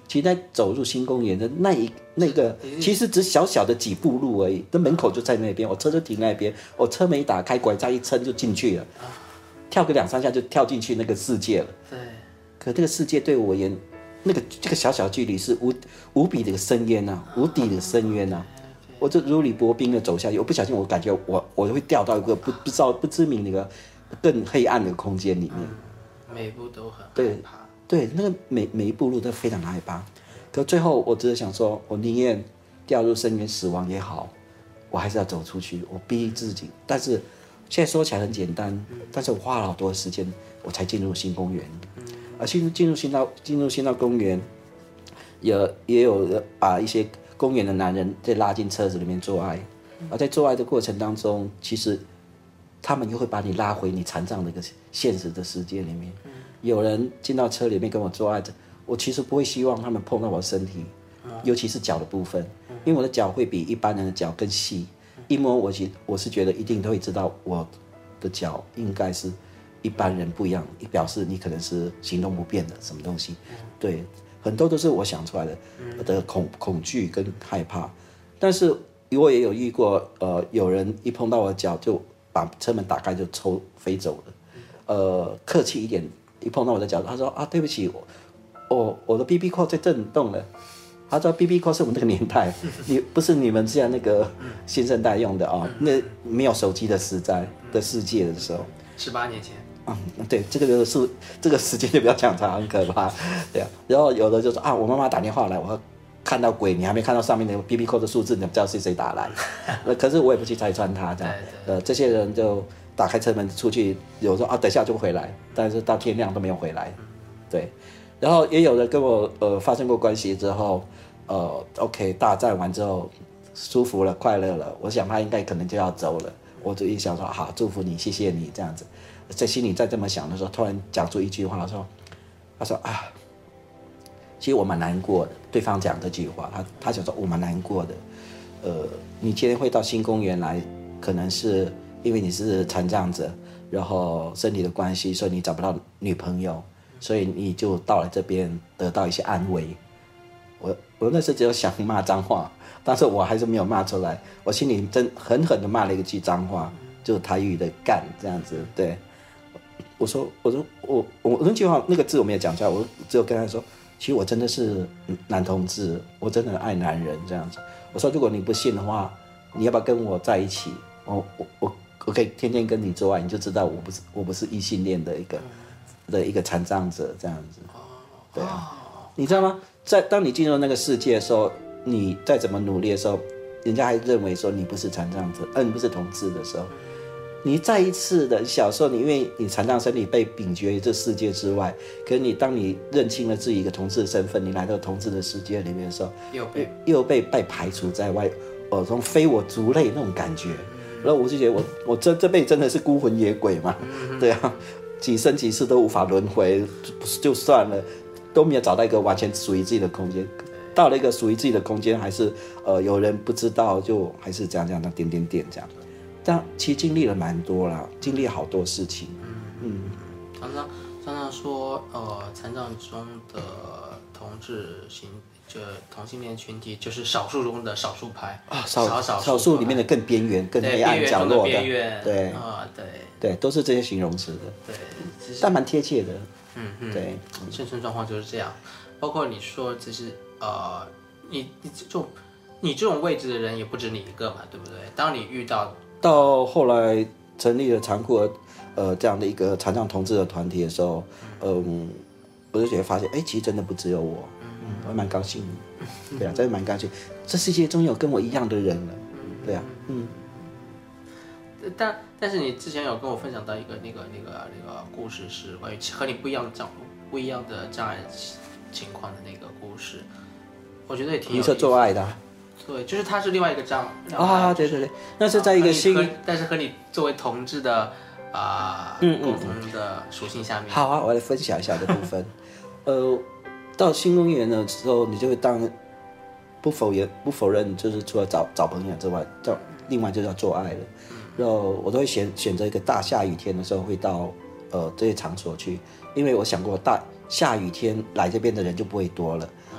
Speaker 4: 其实在走入新公园的那一那个，其实只小小的几步路而已，那门口就在那边，我车就停那边，我车门一打开，拐杖一撑就进去了，跳个两三下就跳进去那个世界了。
Speaker 3: 对。
Speaker 4: 可这个世界对我而言，那个这个小小距离是无无比的一个深渊啊，无底的深渊啊。我就如履薄冰的走下去，我不小心，我感觉我我会掉到一个不不知道不知名的一个更黑暗的空间里面。
Speaker 3: 嗯、每一步都很害怕。
Speaker 4: 对，对，那个每每一步路都非常害怕。可最后我只是想说，我宁愿掉入深渊死亡也好，我还是要走出去，我逼自己。但是现在说起来很简单，嗯、但是我花了好多时间，我才进入新公园。嗯、而进入进入新道进入新道公园，也也有把一些公园的男人再拉进车子里面做爱，而在做爱的过程当中，其实他们又会把你拉回你残障的一个现实的世界里面。有人进到车里面跟我做爱，我其实不会希望他们碰到我的身体，尤其是脚的部分，因为我的脚会比一般人的脚更细，一摸我其我是觉得一定都会知道我的脚应该是一般人不一样，表示你可能是行动不便的什么东西，对。很多都是我想出来的，的恐恐惧跟害怕，但是我也有遇过，呃，有人一碰到我的脚就把车门打开就抽飞走了，呃，客气一点，一碰到我的脚，他说啊，对不起，我我我的 B B 扣在震动了，他说 B B 扣是我们那个年代，你不是你们现在那个新生代用的啊、哦，那没有手机的时代的世界的时候，
Speaker 3: 十八年前。
Speaker 4: 嗯，对，这个就是这个时间就不要讲长，很可怕，对啊。然后有的就说啊，我妈妈打电话来，我看到鬼，你还没看到上面的 B B 扣的数字，你不知道是谁打来。可是我也不去拆穿他，这样，呃，这些人就打开车门出去，有说啊，等一下就回来，但是到天亮都没有回来，对。然后也有人跟我呃发生过关系之后，呃 ，OK， 大战完之后舒服了，快乐了，我想他应该可能就要走了，我就一想说好，祝福你，谢谢你这样子。在心里在这么想的时候，突然讲出一句话，说：“他说啊，其实我蛮难过的。”对方讲这句话，他他想说我蛮难过的。呃，你今天会到新公园来，可能是因为你是残障者，然后身体的关系，所以你找不到女朋友，所以你就到了这边得到一些安慰。我我那时只有想骂脏话，但是我还是没有骂出来，我心里真狠狠的骂了一句脏话，就是台语的干这样子，对。我说，我说，我我那句话那个字我没有讲出来，我只有跟他说，其实我真的是男同志，我真的很爱男人这样子。我说，如果你不信的话，你要不要跟我在一起？我我我我可以天天跟你做爱，你就知道我不是我不是异性恋的一个的一个残障者这样子。对啊，你知道吗？在当你进入那个世界的时候，你再怎么努力的时候，人家还认为说你不是残障者，呃，你不是同志的时候。你再一次的小时候，你因为你残障身体被摒绝于这世界之外，可是你当你认清了自己一个同志的身份，你来到同志的世界里面的时候，
Speaker 3: 又被
Speaker 4: 又被被排除在外，哦，从非我族类那种感觉，然后我就觉得我我这这辈子真的是孤魂野鬼嘛，对啊，几生几世都无法轮回，就算了，都没有找到一个完全属于自己的空间，到了一个属于自己的空间，还是呃有人不知道，就还是这样这样的点点点这样。但其实经历了蛮多啦，经历好多事情。嗯，
Speaker 3: 常常常常说，呃，残障中的同志型，这同性恋群体就是少数中的少数派
Speaker 4: 啊，少
Speaker 3: 少少
Speaker 4: 少数里面的更边缘、更黑暗角落的，
Speaker 3: 边缘
Speaker 4: 对
Speaker 3: 啊，对
Speaker 4: 对，都是这些形容词的，
Speaker 3: 对，
Speaker 4: 但蛮贴切的。
Speaker 3: 嗯嗯，
Speaker 4: 对，
Speaker 3: 生存状况就是这样。包括你说，其实呃，你你这种你这种位置的人也不止你一个嘛，对不对？当你遇到
Speaker 4: 到后来成立了残酷呃这样的一个残障同志的团体的时候，嗯，我就觉得发现，哎，其实真的不只有我，嗯，我还蛮高兴的，对啊，真的蛮高兴，这世界终于有跟我一样的人了，对啊，嗯。
Speaker 3: 但但是你之前有跟我分享到一个那个那个那个故事，是关于和你不一样的障不一样的障碍情况的那个故事，我觉得也挺有意思的。
Speaker 4: 你是做爱的、啊？
Speaker 3: 对，就是他是另外一个障
Speaker 4: 啊，对对对，那是在一个新，
Speaker 3: 但是和你作为同志的啊、呃嗯嗯、共同的属性下面。
Speaker 4: 好啊，我来分享一下这部分。呃，到新公园的时候，你就会当不否认不否认，就是除了找找朋友之外，到另外就是要做爱了。然后我都会选选择一个大下雨天的时候，会到呃这些场所去，因为我想过大下雨天来这边的人就不会多了。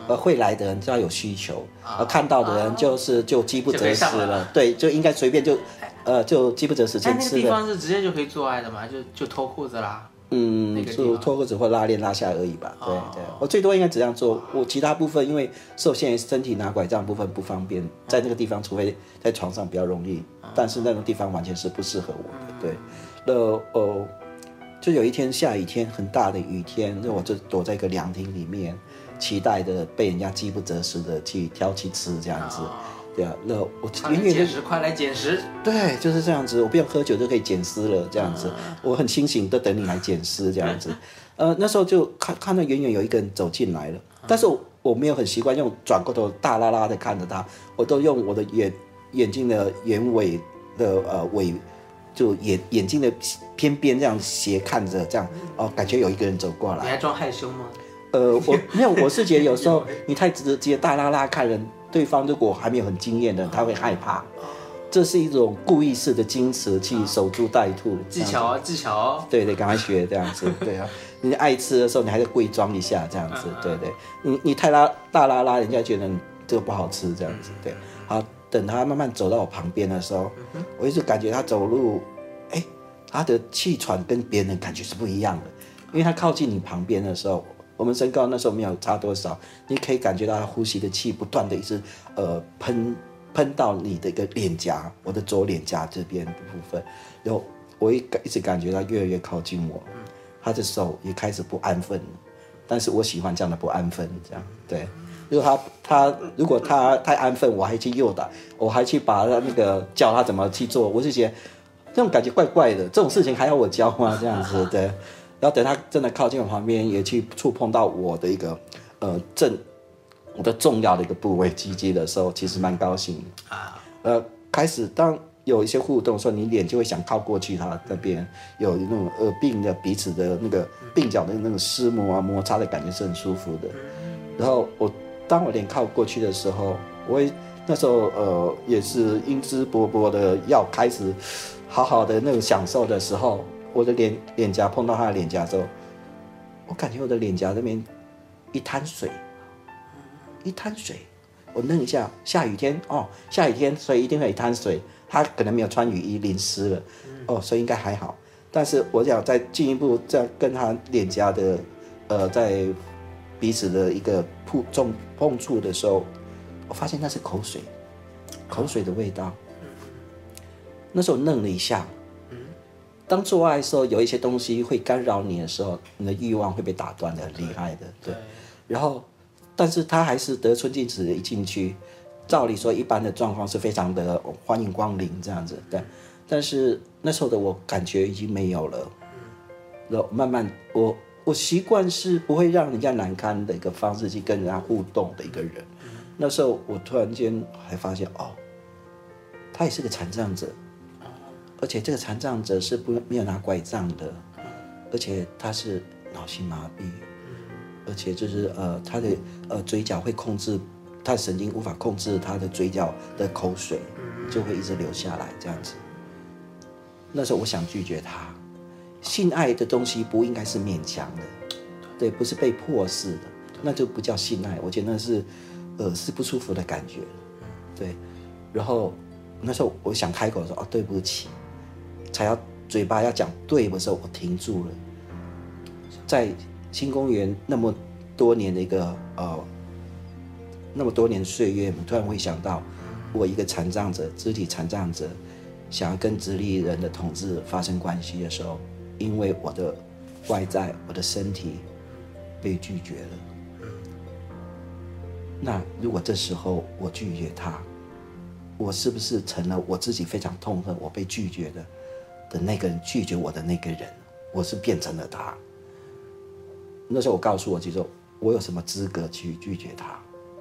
Speaker 4: 呃，会来的人就要有需求，呃，看到的人就是就饥不择食了，了对，就应该随便就，呃，就饥不择食先吃的。
Speaker 3: 那个地方是直接就可以做爱的吗？就就脱裤子啦？
Speaker 4: 嗯，那就脱裤子或拉链拉下而已吧。对、哦、对，我最多应该这样做。我其他部分因为受限于身体拿拐杖部分不方便，在那个地方，除非在床上比较容易，哦、但是那种地方完全是不适合我的。嗯、对，那哦。就有一天下雨天，很大的雨天，那我就躲在一个凉亭里面，期待的被人家饥不择食的去挑去吃这样子，哦、对啊，那我
Speaker 3: 远远捡食，快来捡食，
Speaker 4: 对，就是这样子，我不用喝酒就可以捡尸了这样子，嗯、我很清醒，都等你来捡尸这样子，呃，那时候就看看到远远有一个人走进来了，但是我我没有很习惯用转过头大拉拉的看着他，我都用我的眼眼睛的眼尾的呃尾。就眼眼睛的偏边这样斜看着，这样哦，感觉有一个人走过来。
Speaker 3: 你还装害羞吗？
Speaker 4: 呃，我没有，我是觉得有时候你太直接大拉拉看人，对方如果还没有很经验的，他会害怕。这是一种故意式的矜持，去守株待兔。
Speaker 3: 技巧啊，技巧哦。
Speaker 4: 对对，赶快学这样子，对啊。你爱吃的时候，你还是故意装一下这样子，对对。你你太拉大拉拉，人家觉得这个不好吃这样子，对。好。等他慢慢走到我旁边的时候，嗯、我一直感觉他走路，哎，他的气喘跟别人的感觉是不一样的。因为他靠近你旁边的时候，我们身高那时候没有差多少，你可以感觉到他呼吸的气不断的一直呃喷喷到你的一个脸颊，我的左脸颊这边的部分，然后我一一直感觉他越来越靠近我，他的手也开始不安分了。但是我喜欢这样的不安分，这样对。如果他他如果他太安分，我还去诱导，我还去把他那个教他怎么去做，我就觉得这种感觉怪怪的。这种事情还要我教吗？这样子对。然后等他真的靠近我旁边，也去触碰到我的一个呃正我的重要的一个部位鸡鸡的时候，其实蛮高兴的啊。呃，开始当有一些互动的时候，你脸就会想靠过去他那边，有那种耳鬓的彼此的那个鬓角的那个湿摩啊摩擦的感觉是很舒服的。然后我。当我脸靠过去的时候，我也那时候呃也是英姿勃勃的要开始好好的那种享受的时候，我的脸脸颊碰到他的脸颊的时候，我感觉我的脸颊那边一滩水，一滩水，我愣一下，下雨天哦，下雨天所以一定会有一滩水，他可能没有穿雨衣淋湿了，哦，所以应该还好。但是我想再进一步再跟他脸颊的呃在。彼此的一个碰碰碰触的时候，我发现那是口水，口水的味道。那时候愣了一下。当做爱的时候，有一些东西会干扰你的时候，你的欲望会被打断的，很厉害的。对。然后，但是他还是得寸进尺的一进去，照理说一般的状况是非常的欢迎光临这样子，对。但是那时候的我感觉已经没有了。然后慢慢我。我习惯是不会让人家难堪的一个方式去跟人家互动的一个人。那时候我突然间还发现，哦，他也是个残障者，而且这个残障者是不没有拿拐杖的，而且他是脑性麻痹，而且就是呃他的呃嘴角会控制，他的神经无法控制他的嘴角的口水，就会一直流下来这样子。那时候我想拒绝他。性爱的东西不应该是勉强的，对，不是被迫式的，那就不叫性爱。我觉得那是，呃，是不舒服的感觉，对。然后那时候我想开口说哦对不起，才要嘴巴要讲对的时候，我停住了。在新公园那么多年的一个呃，那么多年的岁月，突然会想到，我一个残障者，肢体残障者，想要跟直立人的同志发生关系的时候。因为我的外在，我的身体被拒绝了。那如果这时候我拒绝他，我是不是成了我自己非常痛恨我被拒绝的的那个人，拒绝我的那个人？我是变成了他。那时候我告诉我自己说，我有什么资格去拒绝他？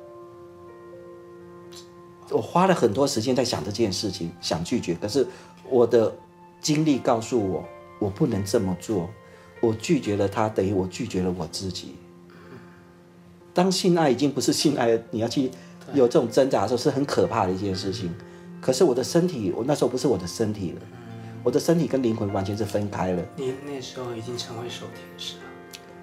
Speaker 4: 我花了很多时间在想这件事情，想拒绝，可是我的经历告诉我。我不能这么做，我拒绝了他，等于我拒绝了我自己。当性爱已经不是性爱了，你要去有这种挣扎的时候，是很可怕的一件事情。可是我的身体，我那时候不是我的身体了，我的身体跟灵魂完全是分开了。
Speaker 3: 你那时候已经成为守天使了。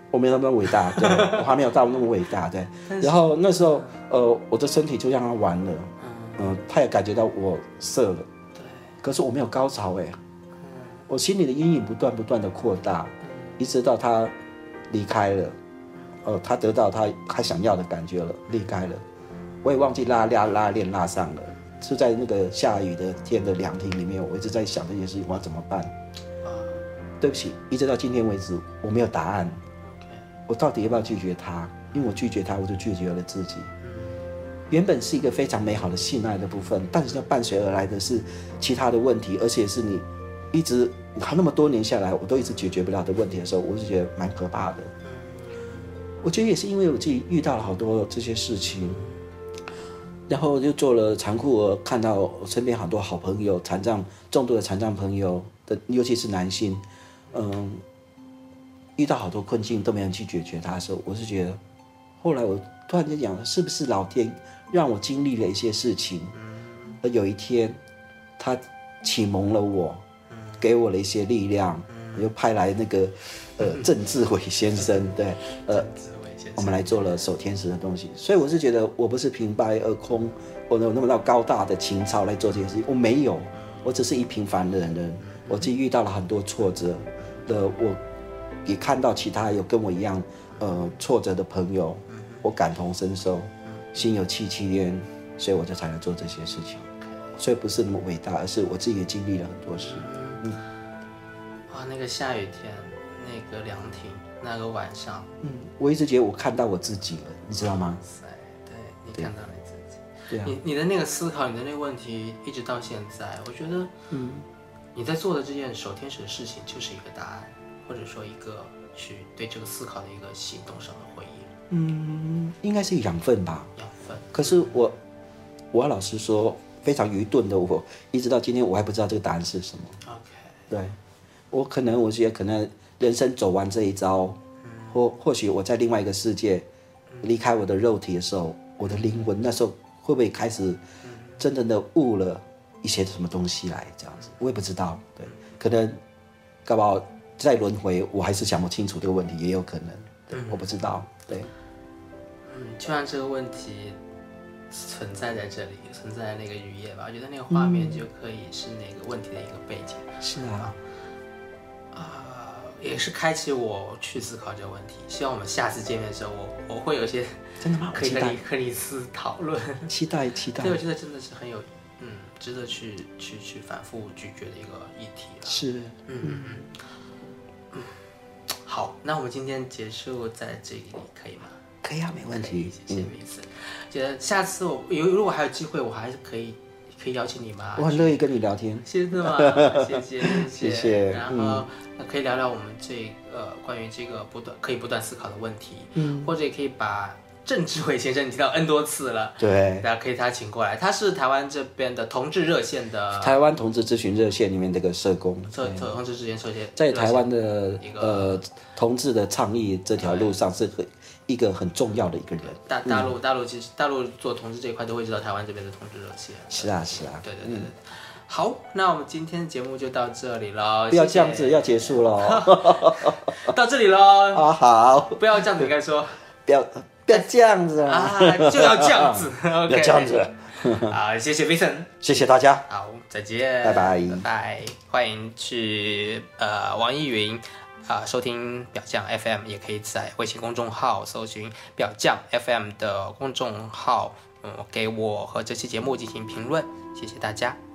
Speaker 4: 我没有那么伟大，对，我还没有到那么伟大，对。然后那时候，呃，我的身体就让他玩了，嗯、呃，他也感觉到我射了，对。可是我没有高潮哎，嗯，我心里的阴影不断不断的扩大，一直到他离开了，呃，他得到他他想要的感觉了，离开了，我也忘记拉拉拉链拉上了，是在那个下雨的天的凉亭里面，我一直在想这件事情，我要怎么办？对不起，一直到今天为止，我没有答案。我到底要不要拒绝他？因为我拒绝他，我就拒绝了自己。原本是一个非常美好的性爱的部分，但是要伴随而来的是其他的问题，而且是你一直那么多年下来，我都一直解决不了的问题的时候，我就觉得蛮可怕的。我觉得也是因为我自己遇到了好多这些事情，然后就做了残酷儿，看到我身边很多好朋友，残障重度的残障朋友的，尤其是男性，嗯。遇到好多困境都没人去解决它的时候，我是觉得，后来我突然间讲，是不是老天让我经历了一些事情，而有一天，他启蒙了我，给我了一些力量，又派来那个呃郑志伟先生，对，呃，我们来做了守天使的东西，所以我是觉得我不是平白而空，我有那么到高大的情操来做这件事情，我没有，我只是一平凡的人，我自己遇到了很多挫折的我。也看到其他有跟我一样，呃，挫折的朋友，我感同身受，心有戚戚焉，所以我就才能做这些事情。所以不是那么伟大，而是我自己也经历了很多事。嗯，
Speaker 3: 哇，那个下雨天，那个凉亭，那个晚上，
Speaker 4: 嗯，我一直觉得我看到我自己了，你知道吗？
Speaker 3: 塞，对，你看到你自己。
Speaker 4: 对啊。
Speaker 3: 你你的那个思考，你的那个问题，一直到现在，我觉得，嗯，你在做的这件守天使的事情，就是一个答案。或者说一个去对这个思考的一个行动上的回应，
Speaker 4: 嗯，应该是养分吧。
Speaker 3: 养分。
Speaker 4: 可是我，我老实说，非常愚钝的我，一直到今天我还不知道这个答案是什么。
Speaker 3: OK。
Speaker 4: 对，我可能我觉得可能人生走完这一遭，嗯、或或许我在另外一个世界，离开我的肉体的时候，我的灵魂那时候会不会开始真正的悟了一些什么东西来？这样子，我也不知道。对，可能搞不好。再轮回，我还是想不清楚这个问题，也有可能，对，嗯、我不知道，对，
Speaker 3: 嗯，就让这个问题存在在这里，存在那个雨夜吧，我觉得那个画面就可以是那个问题的一个背景。
Speaker 4: 嗯、是啊，
Speaker 3: 啊、呃，也是开启我去思考这个问题。希望我们下次见面的时候，我我会有一些
Speaker 4: 真的吗？
Speaker 3: 可以和你和你思讨论，
Speaker 4: 期待期待。
Speaker 3: 对，我觉得真的是很有。嗯，值得去去去反复咀嚼的一个议题了。
Speaker 4: 是，
Speaker 3: 嗯嗯嗯。好，那我们今天结束在这里，可以吗？
Speaker 4: 可以啊，没问题。
Speaker 3: 谢谢彼此。觉得下次我有如果还有机会，我还是可以可以邀请你吗？
Speaker 4: 我很乐意跟你聊天。
Speaker 3: 谢谢吗？谢谢
Speaker 4: 谢谢。
Speaker 3: 然后可以聊聊我们这呃关于这个不断可以不断思考的问题，嗯，或者也可以把。郑志伟先生你提到 N 多次了，
Speaker 4: 对，
Speaker 3: 大家可以他请过来，他是台湾这边的同志热线的
Speaker 4: 台湾同志咨询热线里面这个社工，
Speaker 3: 同志咨询热线
Speaker 4: 在台湾的呃同志的倡议这条路上是很一个很重要的一个人。
Speaker 3: 大大陆、嗯、大陆其实大陆做同志这一块都会知道台湾这边的同志热线。
Speaker 4: 是啊是啊，
Speaker 3: 对对对对。嗯、好，那我们今天的节目就到这里了，
Speaker 4: 不要这样子，要结束了，
Speaker 3: 到这里了。
Speaker 4: 啊好，
Speaker 3: 不要这样子，应该说
Speaker 4: 不要。不要这样子啊！
Speaker 3: 就要这样子，
Speaker 4: 要这样子。
Speaker 3: 好，谢谢 Vincent，
Speaker 4: 谢谢大家。
Speaker 3: 好，再见，
Speaker 4: 拜拜，
Speaker 3: 拜拜。欢迎去呃网易云啊、呃、收听表酱 F M， 也可以在微信公众号搜寻表酱 F M 的公众号，嗯，给我和这期节目进行评论。谢谢大家。